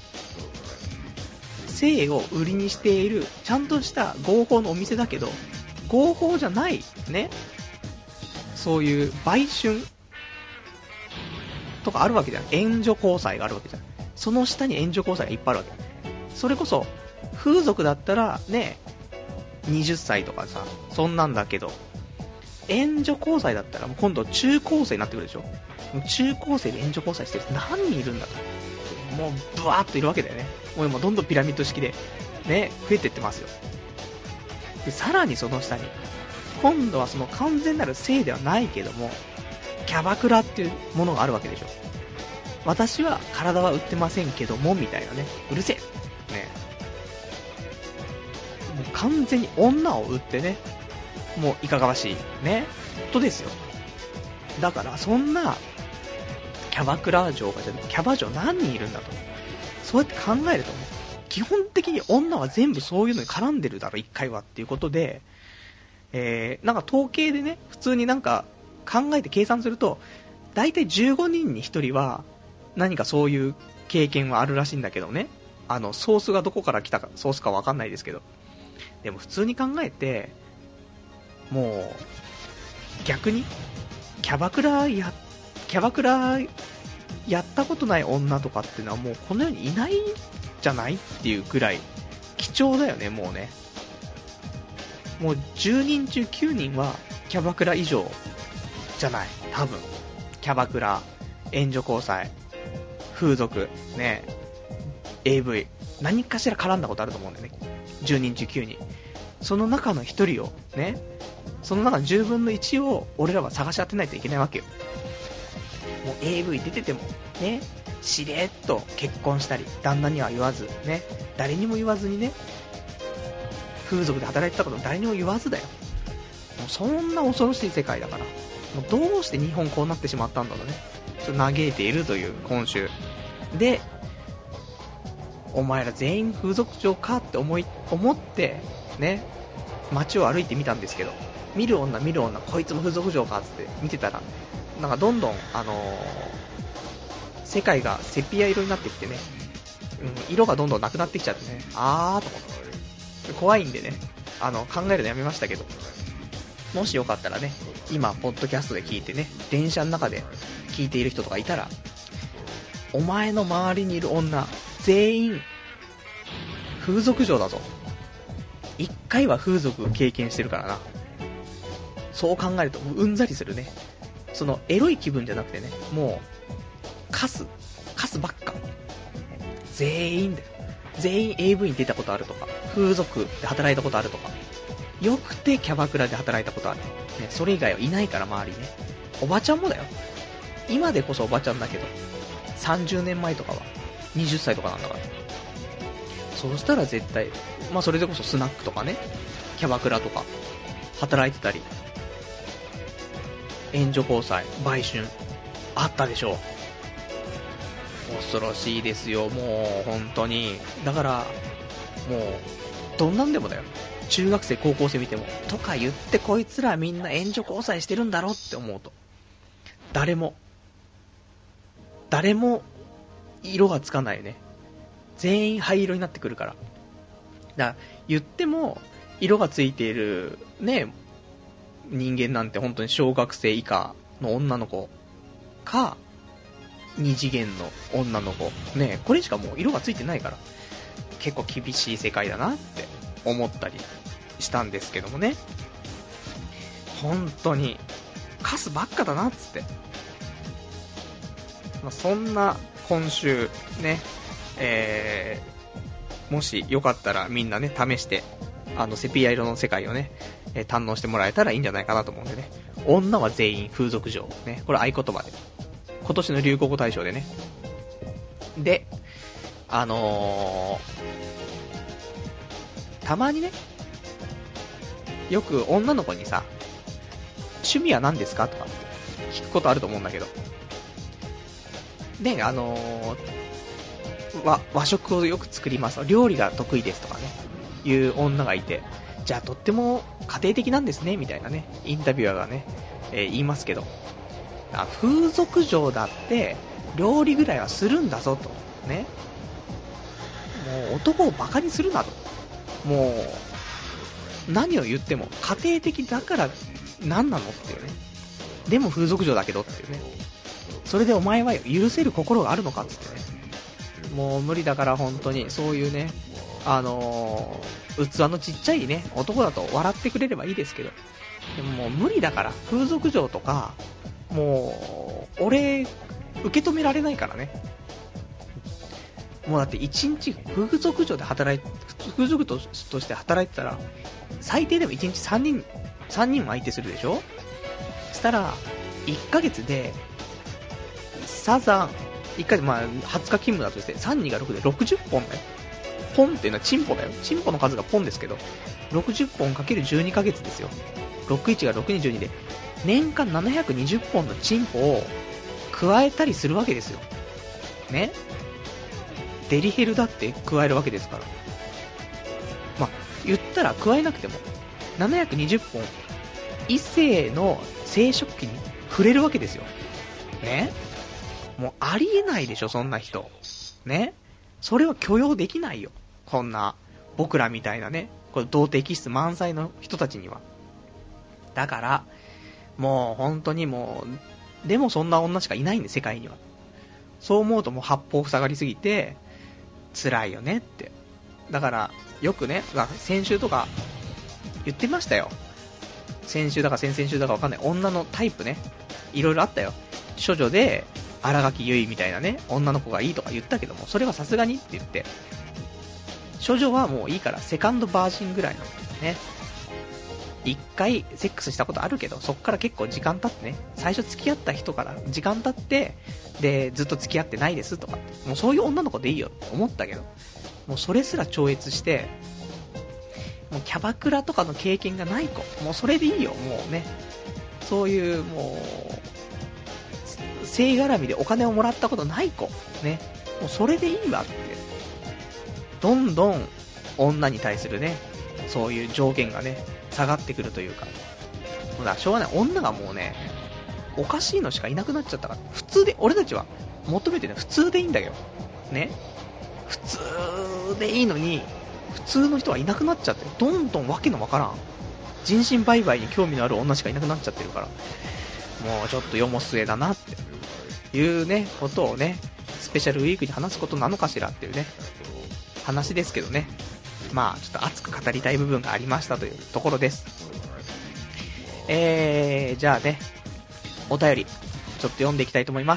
性を売りにしているちゃんとした合法のお店だけど、合法じゃないね、そういう売春とかあるわけじゃん。援助交際があるわけじゃん。その下に援助交際がいっぱいあるわけ。それこそ風俗だったらね、にじゅっさいとかさ、そんなんだけど、援助交際だったらもう今度中高生になってくるでしょ。中高生で援助交際してる人何人いるんだと。もうブワーっといるわけだよね。もう今どんどんピラミッド式でね、増えてってますよ。で、さらにその下に、今度はその完全なる性ではないけども、キャバクラっていうものがあるわけでしょ。私は体は売ってませんけども、みたいなね。うるせえね。もう完全に女を売ってね、もういかがわしいね、とですよ。だからそんなキャバクラ嬢がじゃキャバ嬢何人いるんだと。そうやって考えるとね、基本的に女は全部そういうのに絡んでるだろ、一回はっていうことで、えー、なんか統計でね、普通になんか考えて計算すると、だいたいじゅうごにんにひとりは何かそういう経験はあるらしいんだけどね。あのソースがどこから来たか、ソースかわかんないですけど、でも普通に考えて、もう逆にキャバクラやキャバクラやったことない女とかっていうのはもうこの世にいないんじゃないっていうくらい貴重だよね。もうね、もうじゅうにん中きゅうにんはキャバクラ以上じゃない、多分。キャバクラ、援助交際、風俗ね、 エーブイ 何かしら絡んだことあると思うんだよね。じゅうにん中きゅうにん、その中のひとりをね、その中のじゅうぶんのいちを俺らは探し当てないといけないわけよ。もう エーブイ 出ててもね、しれっと結婚したり、旦那には言わずね、誰にも言わずにね、風俗で働いてたこと誰にも言わずだよ。もうそんな恐ろしい世界だから、もうどうして日本こうなってしまったんだろうね。ちょっと嘆いているという今週で、お前ら全員風俗嬢かって思い思ってね、街を歩いてみたんですけど、見る女見る女、こいつも風俗嬢かって見てたら、なんかどんどん、あのー、世界がセピア色になってきてね、うん、色がどんどんなくなってきちゃってね、あーと思って、 怖いんでね、あの考えるのやめましたけど、もしよかったらね、今ポッドキャストで聞いてね、電車の中で聞いている人とかいたら、お前の周りにいる女全員風俗嬢だぞ。一回は風俗を経験してるからな。そう考えるとうんざりするね。そのエロい気分じゃなくてね、もうカスカスばっか。全員で全員 エーブイ に出たことあるとか、風俗で働いたことあるとか、よくてキャバクラで働いたことある、ね、それ以外はいないから周りね。おばちゃんもだよ。今でこそおばちゃんだけど、さんじゅうねんまえとかははたちとかなんだから。そうしたら絶対、まあそれでこそスナックとかね、キャバクラとか働いてたり、援助交際、売春あったでしょう。恐ろしいですよ、もう本当に。だからもうどんなんでもだよ。中学生高校生見てもとか言って、こいつらみんな援助交際してるんだろって思うと、誰も誰も色がつかないよね。全員灰色になってくるから。だから言っても色がついているね、人間なんて本当に小学生以下の女の子か二次元の女の子ね、これしかもう色がついてないから、結構厳しい世界だなって思ったりしたんですけどもね。本当にカスばっかだなっつって、まあ、そんな今週ね、えー、もしよかったらみんなね試して、あのセピア色の世界をね、えー、堪能してもらえたらいいんじゃないかなと思うんでね。女は全員風俗嬢ね、これ合言葉で今年の流行語大賞でね。で、あのー、たまにね、よく女の子にさ、趣味は何ですかとか聞くことあると思うんだけど、で、あのー、和, 和食をよく作ります、料理が得意ですとかね、いう女がいて、じゃあとっても家庭的なんですねみたいなね、インタビュアーがね、えー、言いますけど、風俗嬢だって料理ぐらいはするんだぞとね。もう男をバカにするなと。もう何を言っても家庭的だから何なのっていうね。でも風俗嬢だけどっていうね。それでお前は許せる心があるのかってってね。もう無理だから本当にそういうね、あのー、器のちっちゃいね男だと笑ってくれればいいですけど、でももう無理だから。風俗嬢とかもう俺受け止められないからね。もうだって一日風俗嬢で働い風俗として働いてたら最低でも一日さんにんさんにんも相手するでしょ。したらいっかげつでサザンいっかげつ、まあはつか勤務だとしてさんにんがろくでろくじゅっぽんだよ。ポンっていうのはチンポだよ。チンポの数がポンですけどろくじゅっぽんかけるじゅうにかげつですよ。ろくじゅういちがろくにじゅうにで年間ななひゃくにじゅっぽんのチンポを加えたりするわけですよね。デリヘルだって加えるわけですから、まあ言ったら加えなくてもななひゃくにじゅっぽん異性の生殖器に触れるわけですよね。もうありえないでしょそんな人ね。それは許容できないよ、こんな僕らみたいなね、これ童貞気質満載の人たちには。だからもう本当にもう、でもそんな女しかいないんで世界には。そう思うともう八方塞がりすぎて辛いよねって。だからよくね、先週とか言ってましたよ。先週だか先々週だかわかんない女のタイプね、いろいろあったよ。処女で新垣結衣みたいなね女の子がいいとか言ったけども、それはさすがにって言って、処女はもういいからセカンドバージンぐらいのね、一回セックスしたことあるけどそっから結構時間経ってね、最初付き合った人から時間経ってでずっと付き合ってないですとか、もうそういう女の子でいいよって思ったけど、もうそれすら超越してもうキャバクラとかの経験がない子、もうそれでいいよ。もうね、そういうもう性絡みでお金をもらったことない子ね、もうそれでいいわって。どんどん女に対するねそういう条件がね下がってくるというか、だからしょうがない。女がもうねおかしいのしかいなくなっちゃったから、普通で俺たちは求めてるのは普通でいいんだよね。普通でいいのに普通の人はいなくなっちゃって、どんどんわけのわからん人身売買に興味のある女しかいなくなっちゃってるから、もうちょっと世も末だなっていうねことをね、スペシャルウィークに話すことなのかしらっていうね話ですけどね。まあちょっと熱く語りたい部分がありましたというところです。えー、じゃあね、お便りちょっと読んでいきたいと思います。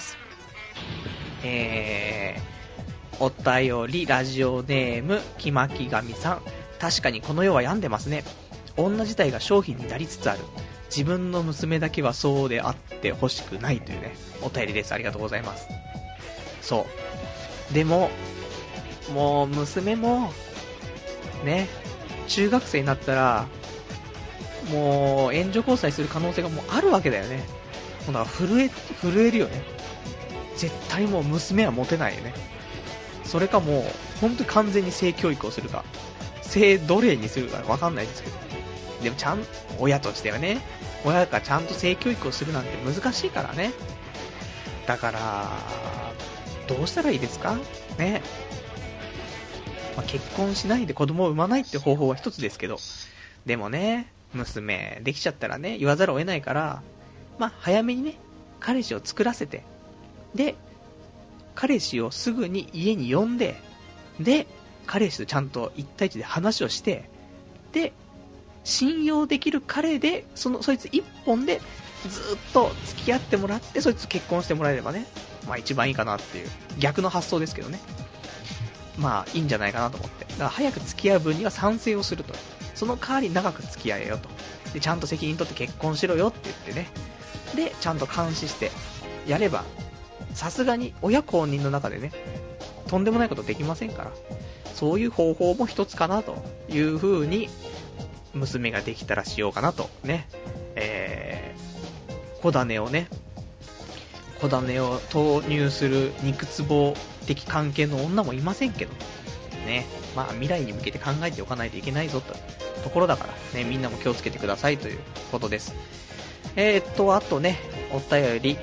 えー、お便りラジオネームきまきがみさん。確かにこの世は病んでますね。女自体が商品になりつつある。自分の娘だけはそうであってほしくないというねお便りです。ありがとうございます。そうでももう娘もね中学生になったらもう援助交際する可能性がもうあるわけだよね。もうだから震え震えるよね。絶対もう娘はモテないよね。それかもう本当に完全に性教育をするか性奴隷にするかわかんないですけど、でもちゃん親としてはね、親がちゃんと性教育をするなんて難しいからね。だからどうしたらいいですかね。まあ、結婚しないで子供を産まないって方法は一つですけど、でもね娘できちゃったらね言わざるを得ないから、まあ早めにね彼氏を作らせて、で彼氏をすぐに家に呼んで、で彼氏とちゃんと一対一で話をして、で信用できる彼でそのそいつ一本でずっと付き合ってもらって、そいつ結婚してもらえればね、まあ一番いいかなっていう逆の発想ですけどね。まあいいんじゃないかなと思って、だから早く付き合う分には賛成をすると、その代わり長く付き合えよと、でちゃんと責任取って結婚しろよって言ってね、でちゃんと監視してやれば、さすがに親公認の中でねとんでもないことできませんから、そういう方法も一つかなという風に娘ができたらしようかなとね、えー、小種をね小種を投入する肉壺的関係の女もいませんけどね、まあ未来に向けて考えておかないといけないぞとところだからね、みんなも気をつけてくださいということです。えーっとあとねお便り、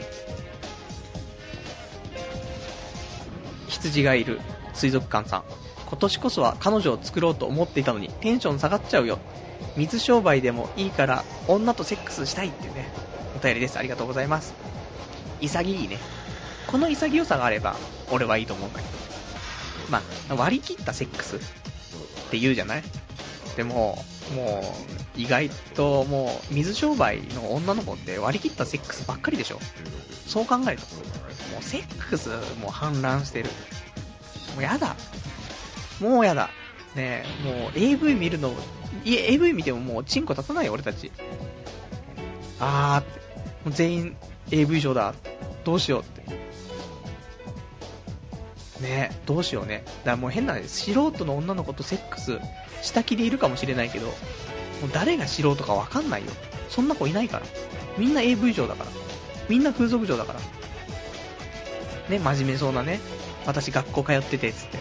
羊がいる水族館さん。今年こそは彼女を作ろうと思っていたのにテンション下がっちゃうよ。水商売でもいいから女とセックスしたいっていうねお便りです。ありがとうございます。潔いね。この潔さがあれば俺はいいと思うんだけど、まあ割り切ったセックスって言うじゃない。でももう意外ともう水商売の女の子って割り切ったセックスばっかりでしょ。そう考えるともうセックスもう氾濫してる。もうやだ、もうやだねえ。もう エーブイ 見るの、いえ エーブイ 見てももうチンコ立たないよ俺たち。あーってもう全員 エーブイ 上だ、どうしようってねえ、どうしようね。だからもう変な素人の女の子とセックスした気でいるかもしれないけど、もう誰が素人かわかんないよ。そんな子いないから。みんな エーブイ 上だから、みんな風俗上だからね。真面目そうなね、私学校通っててつって、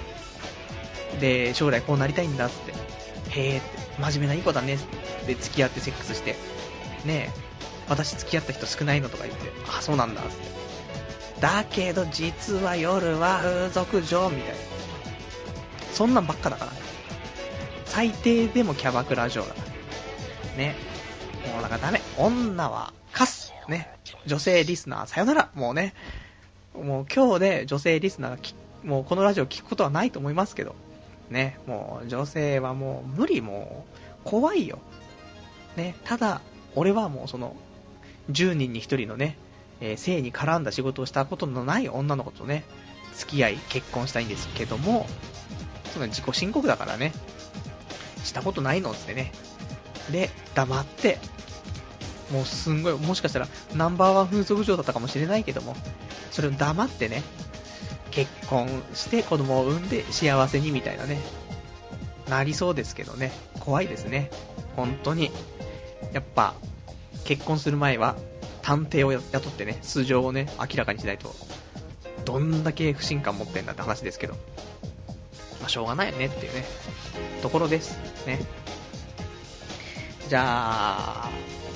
で将来こうなりたいんだつって、へーって真面目ないい子だねで付き合ってセックスしてねえ、私付き合った人少ないのとか言って、あそうなんだつって、だけど実は夜は風俗嬢みたいな、そんなんばっかだから、最低でもキャバクラ嬢だからね。もうなんかダメ、女はカスね。女性リスナーさよなら。もうね、もう今日で女性リスナーがきもうこのラジオ聞くことはないと思いますけどね、もう女性はもう無理、もう怖いよね。ただ俺はもうそのじゅうにんにひとりのね、えー、性に絡んだ仕事をしたことのない女の子とね付き合い結婚したいんですけども、その自己申告だからね、したことないのってね、で黙って、もうすんごい、もしかしたらナンバーワン風俗嬢だったかもしれないけども、それを黙ってね結婚して子供を産んで幸せにみたいなねなりそうですけどね、怖いですね本当に。やっぱ結婚する前は探偵を雇ってね素性をね明らかにしないと、どんだけ不信感持ってんだって話ですけど、まあしょうがないよねっていうねところですね。じゃあ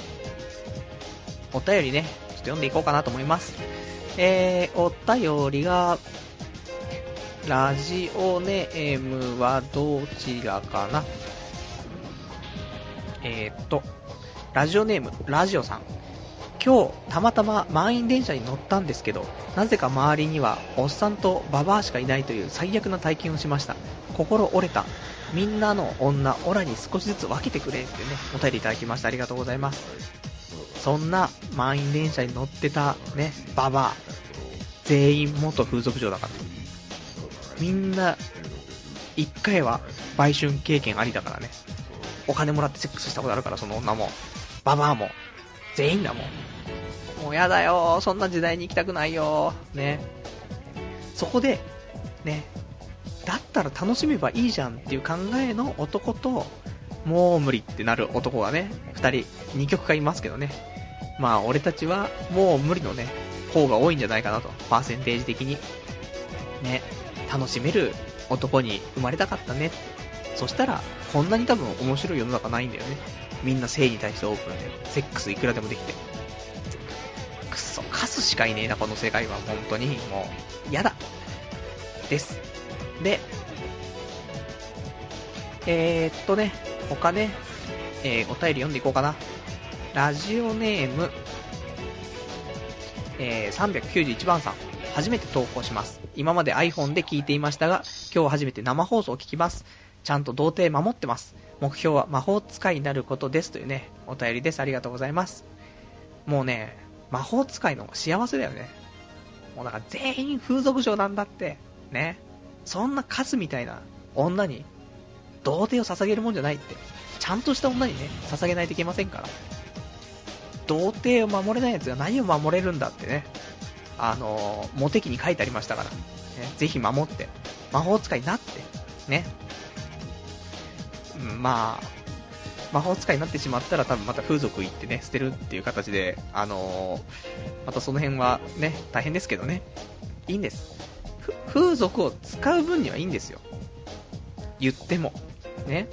お便りねちょっと読んでいこうかなと思います。えー、お便りがラジオネームはどちらかな。えーっとラジオネームラジオさん。今日たまたま満員電車に乗ったんですけど、なぜか周りにはおっさんとババアしかいないという最悪な体験をしました。心折れた。みんなの女オラに少しずつ分けてくれってね、お便りいただきました。ありがとうございます。そんな満員電車に乗ってたねババア全員元風俗嬢だから、みんな一回は売春経験ありだからね。お金もらってセックスしたことあるから、その女もババアも全員だもん。もうやだよ、そんな時代に行きたくないよね。そこでね、だったら楽しめばいいじゃんっていう考えの男と、もう無理ってなる男がね、ふたりにきょくかいますけどね。まあ俺たちはもう無理のね方が多いんじゃないかなと、パーセンテージ的にね。楽しめる男に生まれたかったね。そしたらこんなに多分面白い世の中ないんだよね。みんな性に対してオープンでセックスいくらでもできて、くそカスしかいねえなこの世界は。本当にもうやだです。でえー、っとね他ね、えー、お便り読んでいこうかな。ラジオネーム、えー、さんびゃくきゅうじゅういちばんさん。初めて投稿します。今まで iPhone で聞いていましたが、今日初めて生放送を聞きます。ちゃんと童貞守ってます。目標は魔法使いになることですというね、お便りです。ありがとうございます。もうね、魔法使いの幸せだよね。もうなんか全員風俗嬢なんだってね。そんなカスみたいな女に童貞を捧げるもんじゃないって、ちゃんとした女にね捧げないといけませんから。童貞を守れないやつが何を守れるんだってね、あのー、モテ期に書いてありましたから、ね、ぜひ守って魔法使いになってね。まあ魔法使いになってしまったら多分また風俗行ってね捨てるっていう形で、あのー、またその辺はね大変ですけどね、いいんです。風俗を使う分にはいいんですよ、言ってもね。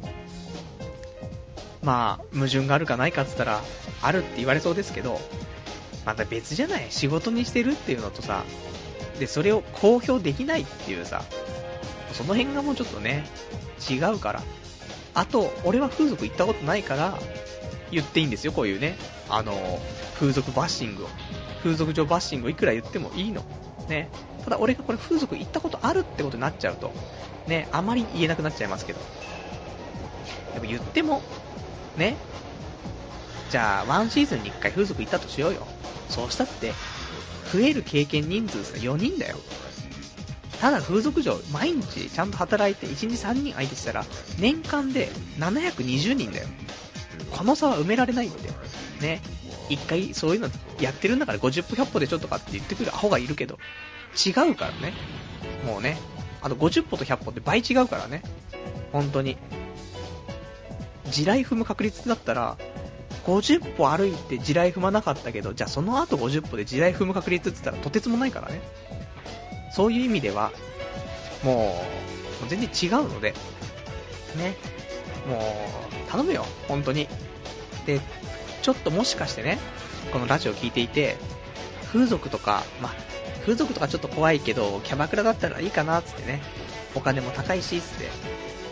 まあ矛盾があるかないかって言ったらあるって言われそうですけど、また別じゃない。仕事にしてるっていうのとさ、でそれを公表できないっていうさ、その辺がもうちょっとね違うから。あと俺は風俗行ったことないから言っていいんですよ、こういうね、あの風俗バッシングを、風俗上バッシングをいくら言ってもいいのね。ただ俺がこれ風俗行ったことあるってことになっちゃうとね、あまり言えなくなっちゃいますけど、でも言ってもね、じゃあワンシーズンにいっかい風俗行ったとしようよ。そうしたって増える経験人数さよにんだよ。ただ風俗嬢毎日ちゃんと働いていちにちさんにん相手したら年間でななひゃくにじゅうにんだよ。この差は埋められないってね。一回そういうのやってるんだからごじゅっぽひゃっぽでちょっとかって言ってくるアホがいるけど、違うからね。もうね、あとごじゅっぽとひゃっぽって倍違うからね。本当に地雷踏む確率だったらごじゅっぽ歩いて地雷踏まなかったけど、じゃあその後ごじゅっぽで地雷踏む確率って言ったらとてつもないからね。そういう意味ではもう、もう全然違うのでね、もう頼むよ本当に。でちょっともしかしてねこのラジオ聞いていて風俗とか、まあ風俗とかちょっと怖いけどキャバクラだったらいいかなっつってね、お金も高いしっつって、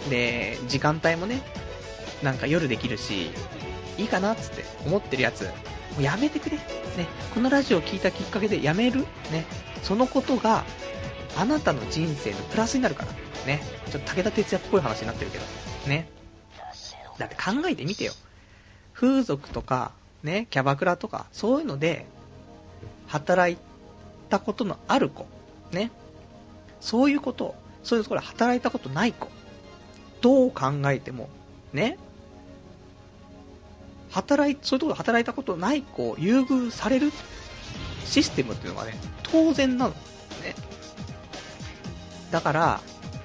で時間帯もねなんか夜できるしいいかなっつって思ってるやつ、もうやめてくれね。このラジオを聞いたきっかけでやめるね。そのことがあなたの人生のプラスになるからね。ちょっと武田鉄矢っぽい話になってるけどね。だって考えてみてよ、風俗とかねキャバクラとかそういうので働いたことのある子ね、そういうことそういうところで働いたことない子、どう考えてもね、働いそういうところで働いたことない子を優遇されるシステムっていうのがね当然なのね。だから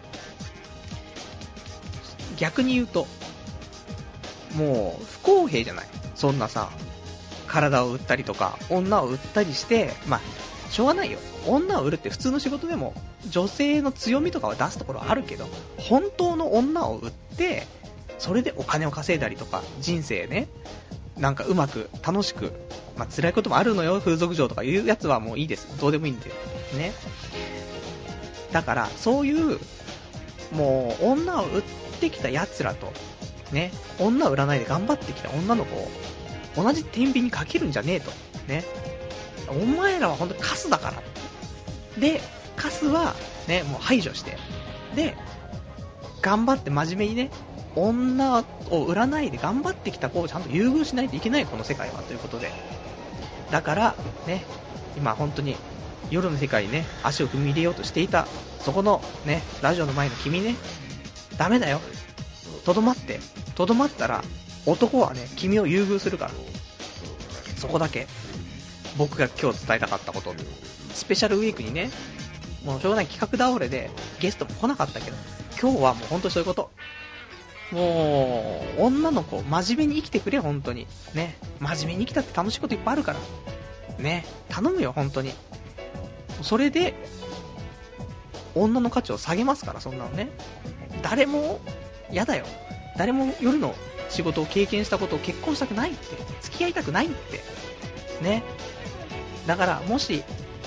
逆に言うともう不公平じゃない。そんなさ体を売ったりとか女を売ったりして、まあしょうがないよ、女を売るって普通の仕事でも女性の強みとかは出すところあるけど、本当の女を売ってそれでお金を稼いだりとか人生ねなんかうまく楽しく、まあ辛いこともあるのよ風俗嬢とかいうやつはもういいです、どうでもいいんだよね。 だからそういうもう女を売ってきた奴らとね、女を売らないで頑張ってきた女の子を同じ天秤にかけるんじゃねえとね、お前らは本当にカスだからで、カスはねもう排除して、で頑張って真面目にね女を売らないで頑張ってきた子をちゃんと優遇しないといけない、この世界はということで、だからね今本当に夜の世界にね足を踏み入れようとしていたそこのねラジオの前の君ね、ダメだよ、とどまって、とどまったら男はね君を優遇するから、そこだけ僕が今日伝えたかったこと。スペシャルウィークにねもうしょうがない企画倒れでゲストも来なかったけど、今日はもう本当にそういうこと、もう女の子真面目に生きてくれ、本当にね、真面目に生きたって楽しいこといっぱいあるからね、頼むよ本当に。それで女の価値を下げますから、そんなのね誰もやだよ、誰も夜の仕事を経験したことを結婚したくないって、付き合いたくないってね。だからもし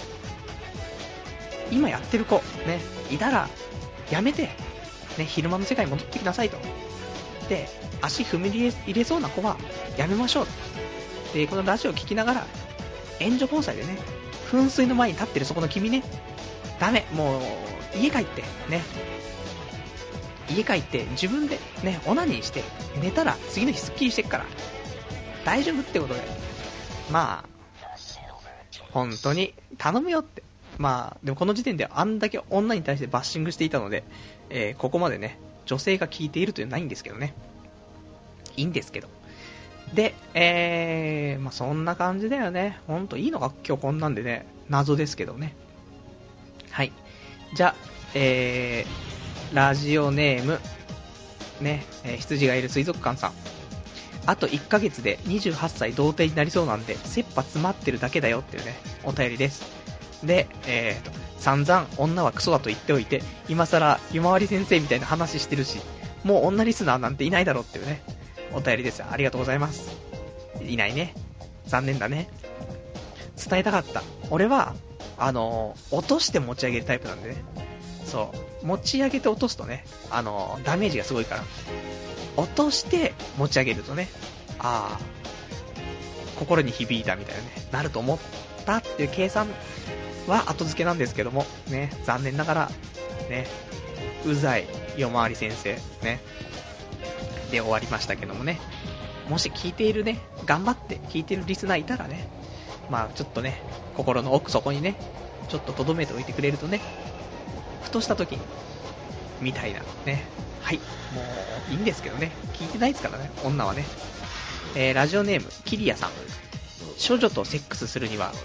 今やってる子ねいたらやめてね、昼間の世界に戻ってきなさいと。で足踏み入れそうな子はやめましょう。でこのラジオを聞きながら援助交際でね噴水の前に立ってるそこの君ね、ダメ、もう家帰ってね、家帰って自分でねオナニーして寝たら次の日スッキリしてっから大丈夫ってことで、まあ本当に頼むよって。まあでもこの時点であんだけ女に対してバッシングしていたので、えー、ここまでね女性が聞いているというのはないんですけどね、いいんですけど、でえー、まあそんな感じだよね。ほんといいのか今日こんなんでね、謎ですけどね。はい、じゃあえー、ラジオネームね、えー、羊がいる水族館さん、あといっかげつでにじゅうはっさい童貞になりそうなんで切羽詰まってるだけだよっていうねお便りです。で、えーと散々女はクソだと言っておいて今更湯回り先生みたいな話してるし、もう女リスナーなんていないだろうっていうねお便りです。ありがとうございます。いないね、残念だね。伝えたかった。俺はあのー、落として持ち上げるタイプなんでね。そう持ち上げて落とすとね、あのー、ダメージがすごいから、落として持ち上げるとね、あー心に響いたみたいなねなると思ったっていう計算は後付けなんですけどもね、残念ながらねうざい夜回り先生ねで終わりましたけどもね、もし聞いているね頑張って聞いているリスナーいたらね、まあちょっとね心の奥底にねちょっと留めておいてくれるとね、ふとした時にみたいなね、はいもういいんですけどね、聞いてないですからね女はね。えー、ラジオネームキリアさん、処女とセックスするには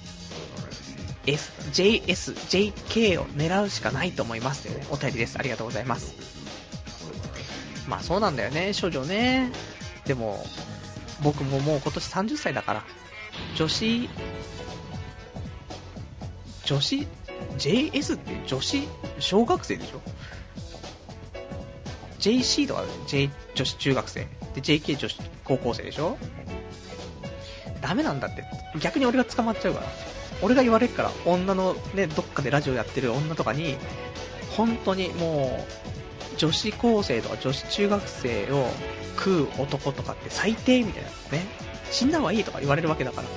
S、ジェイエス、ジェイケー を狙うしかないと思いますという、ね、お便りです。ありがとうございます。まあそうなんだよね、処女ね。でも僕ももう今年さんじゅっさいだから、女子女子 ジェイエス って女子小学生でしょ。 ジェイシー とか J 女子中学生で ジェイケー 女子高校生でしょ。ダメなんだって。逆に俺が捕まっちゃうから、俺が言われるから、女のねどっかでラジオやってる女とかに本当にもう女子高生とか女子中学生を食う男とかって最低みたいなね、死んだ方がいいとか言われるわけだから、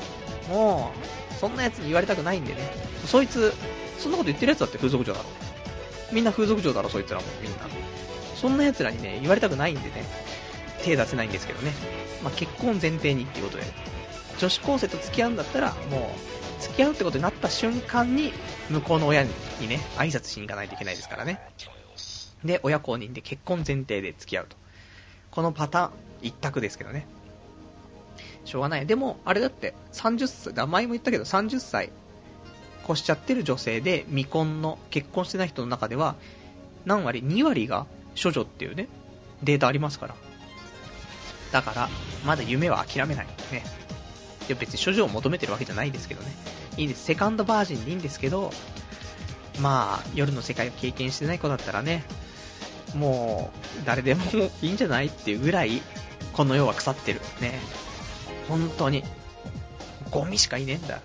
もうそんなやつに言われたくないんでね、そいつそんなこと言ってるやつだって風俗嬢だろ、みんな風俗嬢だろそいつらも、みんなそんなやつらにね言われたくないんでね手出せないんですけどね。まあ、結婚前提にっていうことで、女子高生と付き合うんだったらもう付き合うってことになった瞬間に向こうの親にね挨拶しに行かないといけないですからね。で親公認で結婚前提で付き合うと、このパターン一択ですけどね、しょうがない。でもあれだってさんじゅっさい、前も言ったけどさんじゅっさい越しちゃってる女性で未婚の結婚してない人の中では何割、に割が処女っていうねデータありますから、だからまだ夢は諦めないね。いや別に処女を求めてるわけじゃないですけどね、いいんです、セカンドバージンでいいんですけど、まあ夜の世界を経験してない子だったらね、もう誰でもいいんじゃないっていうぐらいこの世は腐ってるね。本当にゴミしかいねえんだ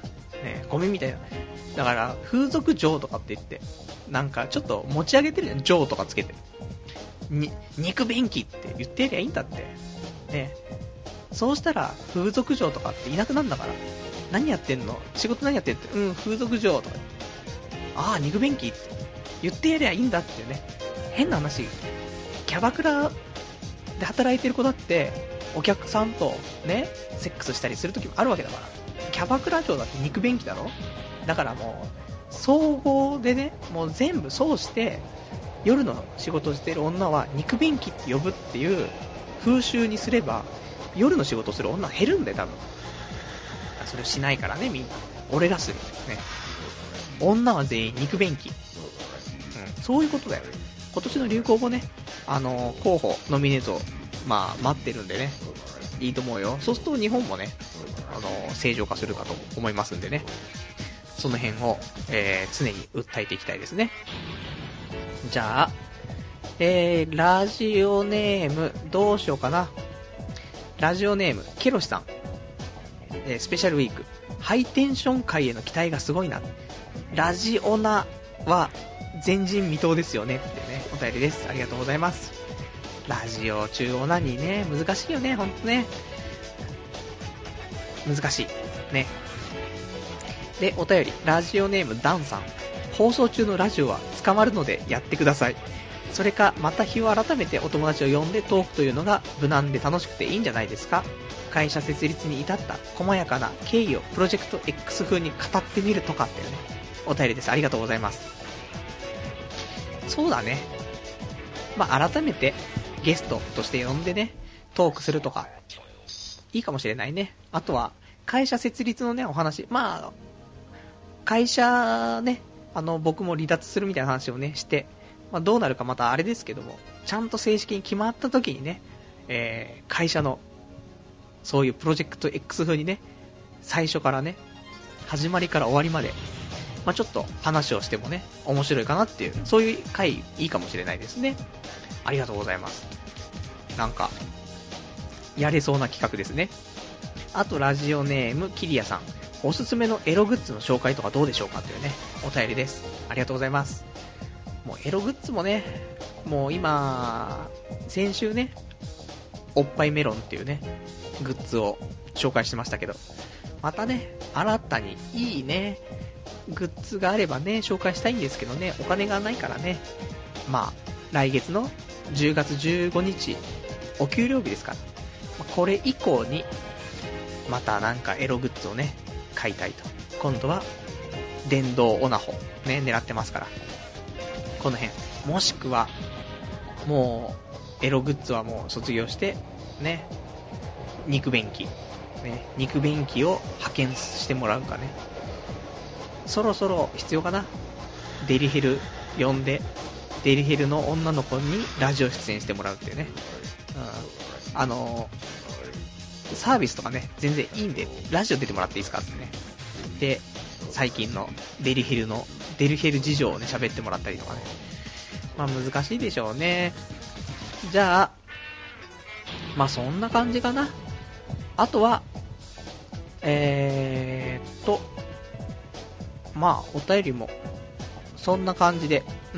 ね、ゴミみたいな。だから、風俗嬢とかって言って、なんかちょっと持ち上げてるじゃん、嬢とかつけて。に、肉便器って言ってやりゃいいんだって。ね。そうしたら、風俗嬢とかっていなくなるんだから。何やってんの？仕事何やってんって。うん、風俗嬢とか。ああ、肉便器って言ってやりゃいいんだってね。変な話。キャバクラで働いてる子だって、お客さんとね、セックスしたりするときもあるわけだから。キャバクラ嬢だって肉便器だろ？だからもう、総合でね、もう全部そうして、夜の仕事をしている女は肉便器って呼ぶっていう風習にすれば、夜の仕事をする女は減るんだよ、多分。それをしないからね、みんな。俺がする。ね。女は全員肉便器。うん。そういうことだよね。今年の流行語ね、あのー、候補、ノミネート、まあ、待ってるんでね。いいと思うよ。そうすると日本もね、あのー、正常化するかと思いますんでね。その辺を、えー、常に訴えていきたいですね。じゃあ、えー、ラジオネーム、どうしようかな。ラジオネーム、ケロシさん。えー、スペシャルウィーク。ハイテンション界への期待がすごいな。ラジオナは前人未到ですよね。ってね、お便りです。ありがとうございます。ラジオ中オナにね、難しいよね、ほんとね。難しい。ね。で、お便り、ラジオネームダンさん。放送中のラジオは捕まるのでやってください。それか、また日を改めてお友達を呼んでトークというのが無難で楽しくていいんじゃないですか。会社設立に至った細やかな経緯をプロジェクト X 風に語ってみるとかっていうね、お便りです。ありがとうございます。そうだね。まあ、改めてゲストとして呼んでね、トークするとか、いいかもしれないね。あとは、会社設立のね、お話。まあ、会社ね、あの、僕も離脱するみたいな話をね、して、まあ、どうなるかまたあれですけども、ちゃんと正式に決まった時にね、えー、会社の、そういうプロジェクト X 風にね、最初からね、始まりから終わりまで、まあ、ちょっと話をしてもね、面白いかなっていう、そういう回いいかもしれないですね。ありがとうございます。なんか、やれそうな企画ですね。あと、ラジオネーム、キリアさん。おすすめのエログッズの紹介とかどうでしょうかというね、お便りです。ありがとうございます。もうエログッズもね、もう今、先週ね、おっぱいメロンっていうね、グッズを紹介してましたけど、またね、新たにいいね、グッズがあればね、紹介したいんですけどね、お金がないからね、まあ、来月のじゅうがつじゅうごにち、お給料日ですから、これ以降に、またなんかエログッズをね、買いたいと。今度は、電動オナホ、ね、狙ってますから。この辺。もしくは、もう、エログッズはもう卒業して、ね、肉便器。ね、肉便器を派遣してもらうかね。そろそろ必要かな。デリヘル呼んで、デリヘルの女の子にラジオ出演してもらうっていうね。うん、あのー、サービスとかね、全然いいんで、ラジオ出てもらっていいですかってね。で、最近のデリヘルの、デリヘル事情をね、喋ってもらったりとかね。まあ難しいでしょうね。じゃあ、まあそんな感じかな。あとは、えーっと、まあお便りも、そんな感じで、うん。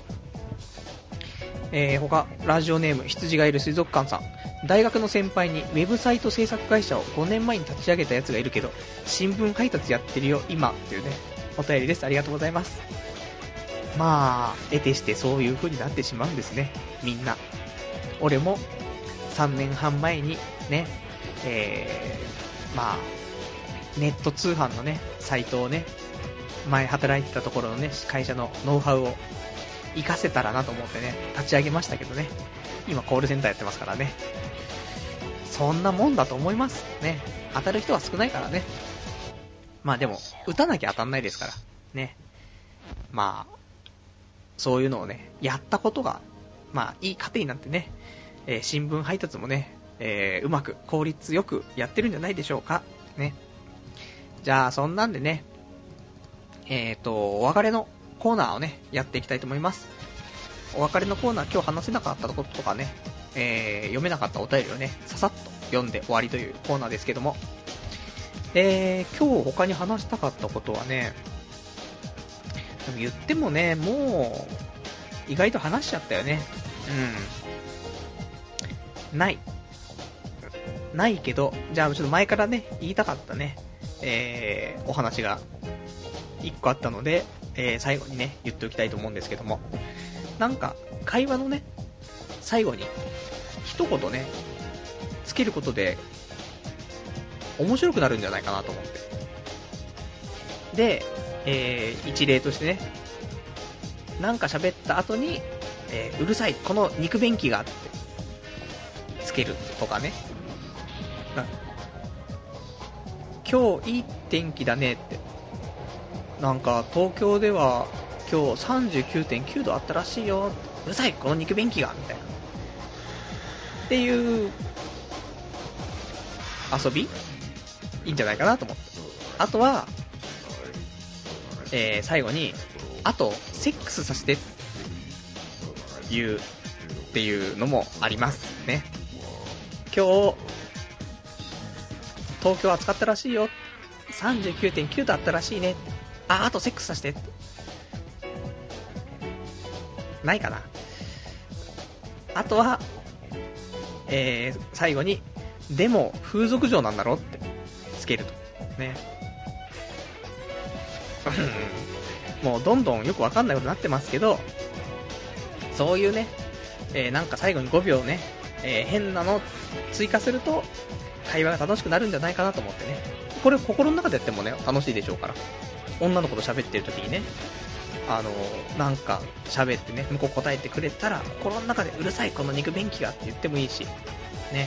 えー、他、ラジオネーム、羊がいる水族館さん。大学の先輩にウェブサイト制作会社をごねんまえに立ち上げたやつがいるけど、新聞配達やってるよ、今、っていうね、お便りです。ありがとうございます。まあ、得てしてそういう風になってしまうんですね、みんな。俺も、さんねんはん前に、ね、えー、まあ、ネット通販のね、サイトをね、前働いてたところのね、会社のノウハウを活かせたらなと思ってね、立ち上げましたけどね、今コールセンターやってますからね。そんなもんだと思いますね。当たる人は少ないからね。まあでも打たなきゃ当たんないですからね。まあそういうのをねやったことがまあいい糧になってね、えー、新聞配達もね、えー、うまく効率よくやってるんじゃないでしょうかね。じゃあそんなんでね、えーとお別れのコーナーをねやっていきたいと思います。お別れのコーナー、今日話せなかったこととかね、えー、読めなかったお便りをねささっと読んで終わりというコーナーですけども、 えー、今日他に話したかったことはね、でも言ってもね、もう意外と話しちゃったよね。うん。ない。ないけど、じゃあちょっと前からね、言いたかったね、えー、お話がいっこあったので、えー、最後にね、言っておきたいと思うんですけども、なんか、会話のね、最後に、一言ね、つけることで、面白くなるんじゃないかなと思って。で、えー、一例としてね、なんか喋った後に、えー、うるさい、この肉便器がって、つけるとかね。今日いい天気だねって。なんか東京では今日 さんじゅうきゅうてんきゅう 度あったらしいよ。うるさいこの肉便器がみたいなっていう遊びいいんじゃないかなと思って。あとは、えー、最後にあとセックスさせてって言うっていうのもありますね。今日東京暑かったらしいよ。 さんじゅうきゅうてんきゅう 度あったらしいね。あ、あとセックスさせて。ないかな。あとは、えー、最後にでも風俗嬢なんだろってつけるとね。もうどんどんよくわかんないことになってますけど、そういうね、えー、なんか最後にごびょうね、えー、変なの追加すると会話が楽しくなるんじゃないかなと思ってね。これ心の中でやってもね楽しいでしょうから。女の子と喋ってる時にね、あのー、なんか喋ってね、向こう答えてくれたら心の中でうるさいこの肉便器がって言ってもいいしね。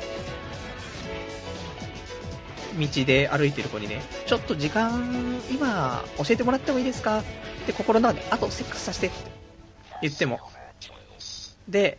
道で歩いてる子にね、ちょっと時間今教えてもらってもいいですかって心の中であとセックスさせてって言っても、で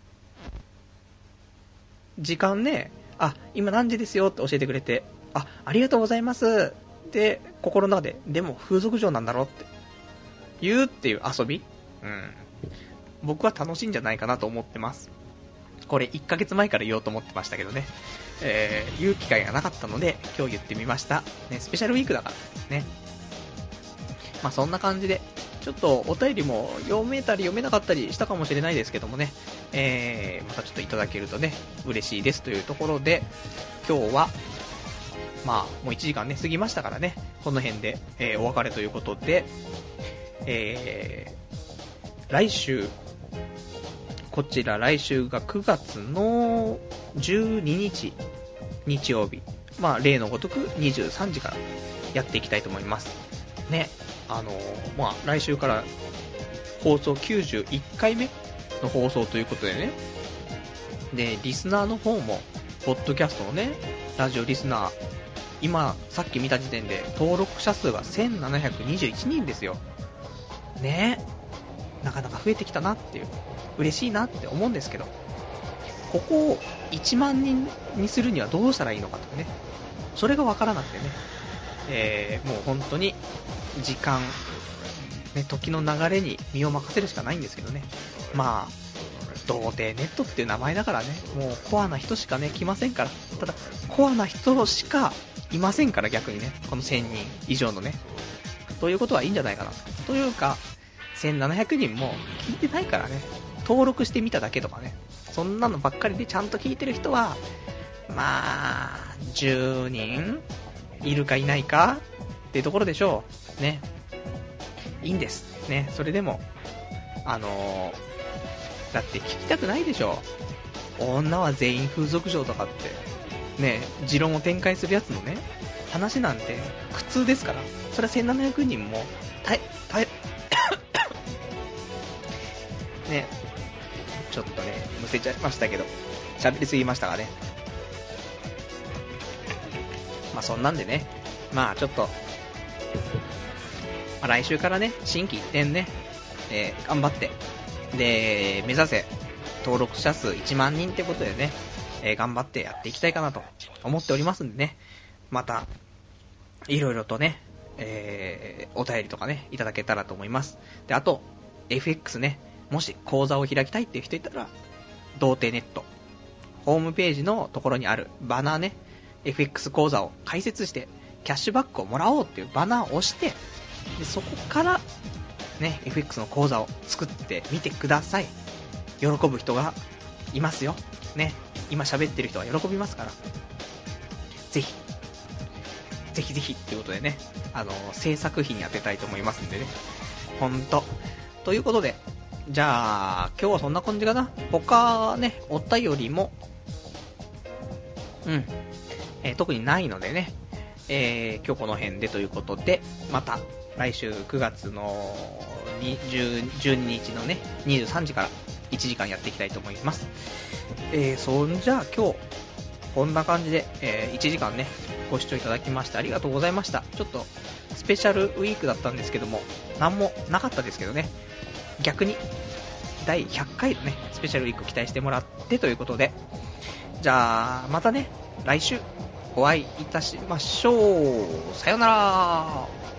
時間ね、あ今何時ですよって教えてくれて、あありがとうございますで心の中ででも風俗嬢なんだろって言うっていう遊び、うん、僕は楽しいんじゃないかなと思ってます。これいっかげつまえから言おうと思ってましたけどね、えー、言う機会がなかったので今日言ってみました、ね、スペシャルウィークだからね。まあそんな感じでちょっとお便りも読めたり読めなかったりしたかもしれないですけどもね、えー、またちょっといただけるとね嬉しいですというところで、今日はまあもういちじかんね過ぎましたからね、この辺で、えー、お別れということで、えー、来週こちら来週がくがつのじゅうににち日曜日、まあ例のごとくにじゅうさんじからやっていきたいと思いますね。あのー、まあ来週から放送きゅうじゅういっかいめの放送ということでね、でリスナーの方もポッドキャストのねラジオリスナー、今さっき見た時点で登録者数がせんななひゃくにじゅういちにんですよね。なかなか増えてきたなっていう、嬉しいなって思うんですけど、ここをいちまんにんにするにはどうしたらいいのかとかね、それがわからなくてね、えー、もう本当に時間、ね、時の流れに身を任せるしかないんですけどね。まあ童貞ネットっていう名前だからね、もうコアな人しかね来ませんから。ただコアな人しかいませんから、逆にねこのせんにん以上のね、ということはいいんじゃないかなというか、せんななひゃくにんも聞いてないからね、登録してみただけとかね、そんなのばっかりでちゃんと聞いてる人はまあじゅうにんいるかいないかっていうところでしょうね。いいんですね。それでもあのー、だって聞きたくないでしょ、女は全員風俗嬢とかってね、持論を展開するやつのね話なんて苦痛ですから。それはせんななひゃくにんも耐え耐えね、ちょっとねむせちゃいましたけど、喋りすぎましたがね。まあそんなんでね、まあちょっと、まあ、来週からね新規一点ね、えー、頑張ってで目指せ登録者数いちまんにんってことでね、えー、頑張ってやっていきたいかなと思っておりますんでね、またいろいろとね、えー、お便りとかねいただけたらと思います。であと エフエックス ね、もし講座を開きたいっていう人いたら、童貞ネットホームページのところにあるバナーね、エフエックス 講座を開設してキャッシュバックをもらおうっていうバナーを押して、でそこからね エフエックス の口座を作ってみてください。喜ぶ人がいますよね。今喋ってる人は喜びますから、ぜひぜひぜひっていうことでね、あの制作費に当てたいと思いますんでね、ほんとということで、じゃあ今日はそんな感じかな。他ねお便りもうん、えー、特にないのでね、えー、今日この辺でということで、また来週くがつのじゅうににちのねにじゅうさんじからいちじかんやっていきたいと思います。えー、そんじゃあ今日こんな感じで、えー、いちじかんねご視聴いただきましてありがとうございました。ちょっとスペシャルウィークだったんですけども、なんもなかったですけどね、逆にだいひゃっかいのねスペシャルウィーク期待してもらってということで、じゃあまたね来週お会いいたしましょう。さよなら。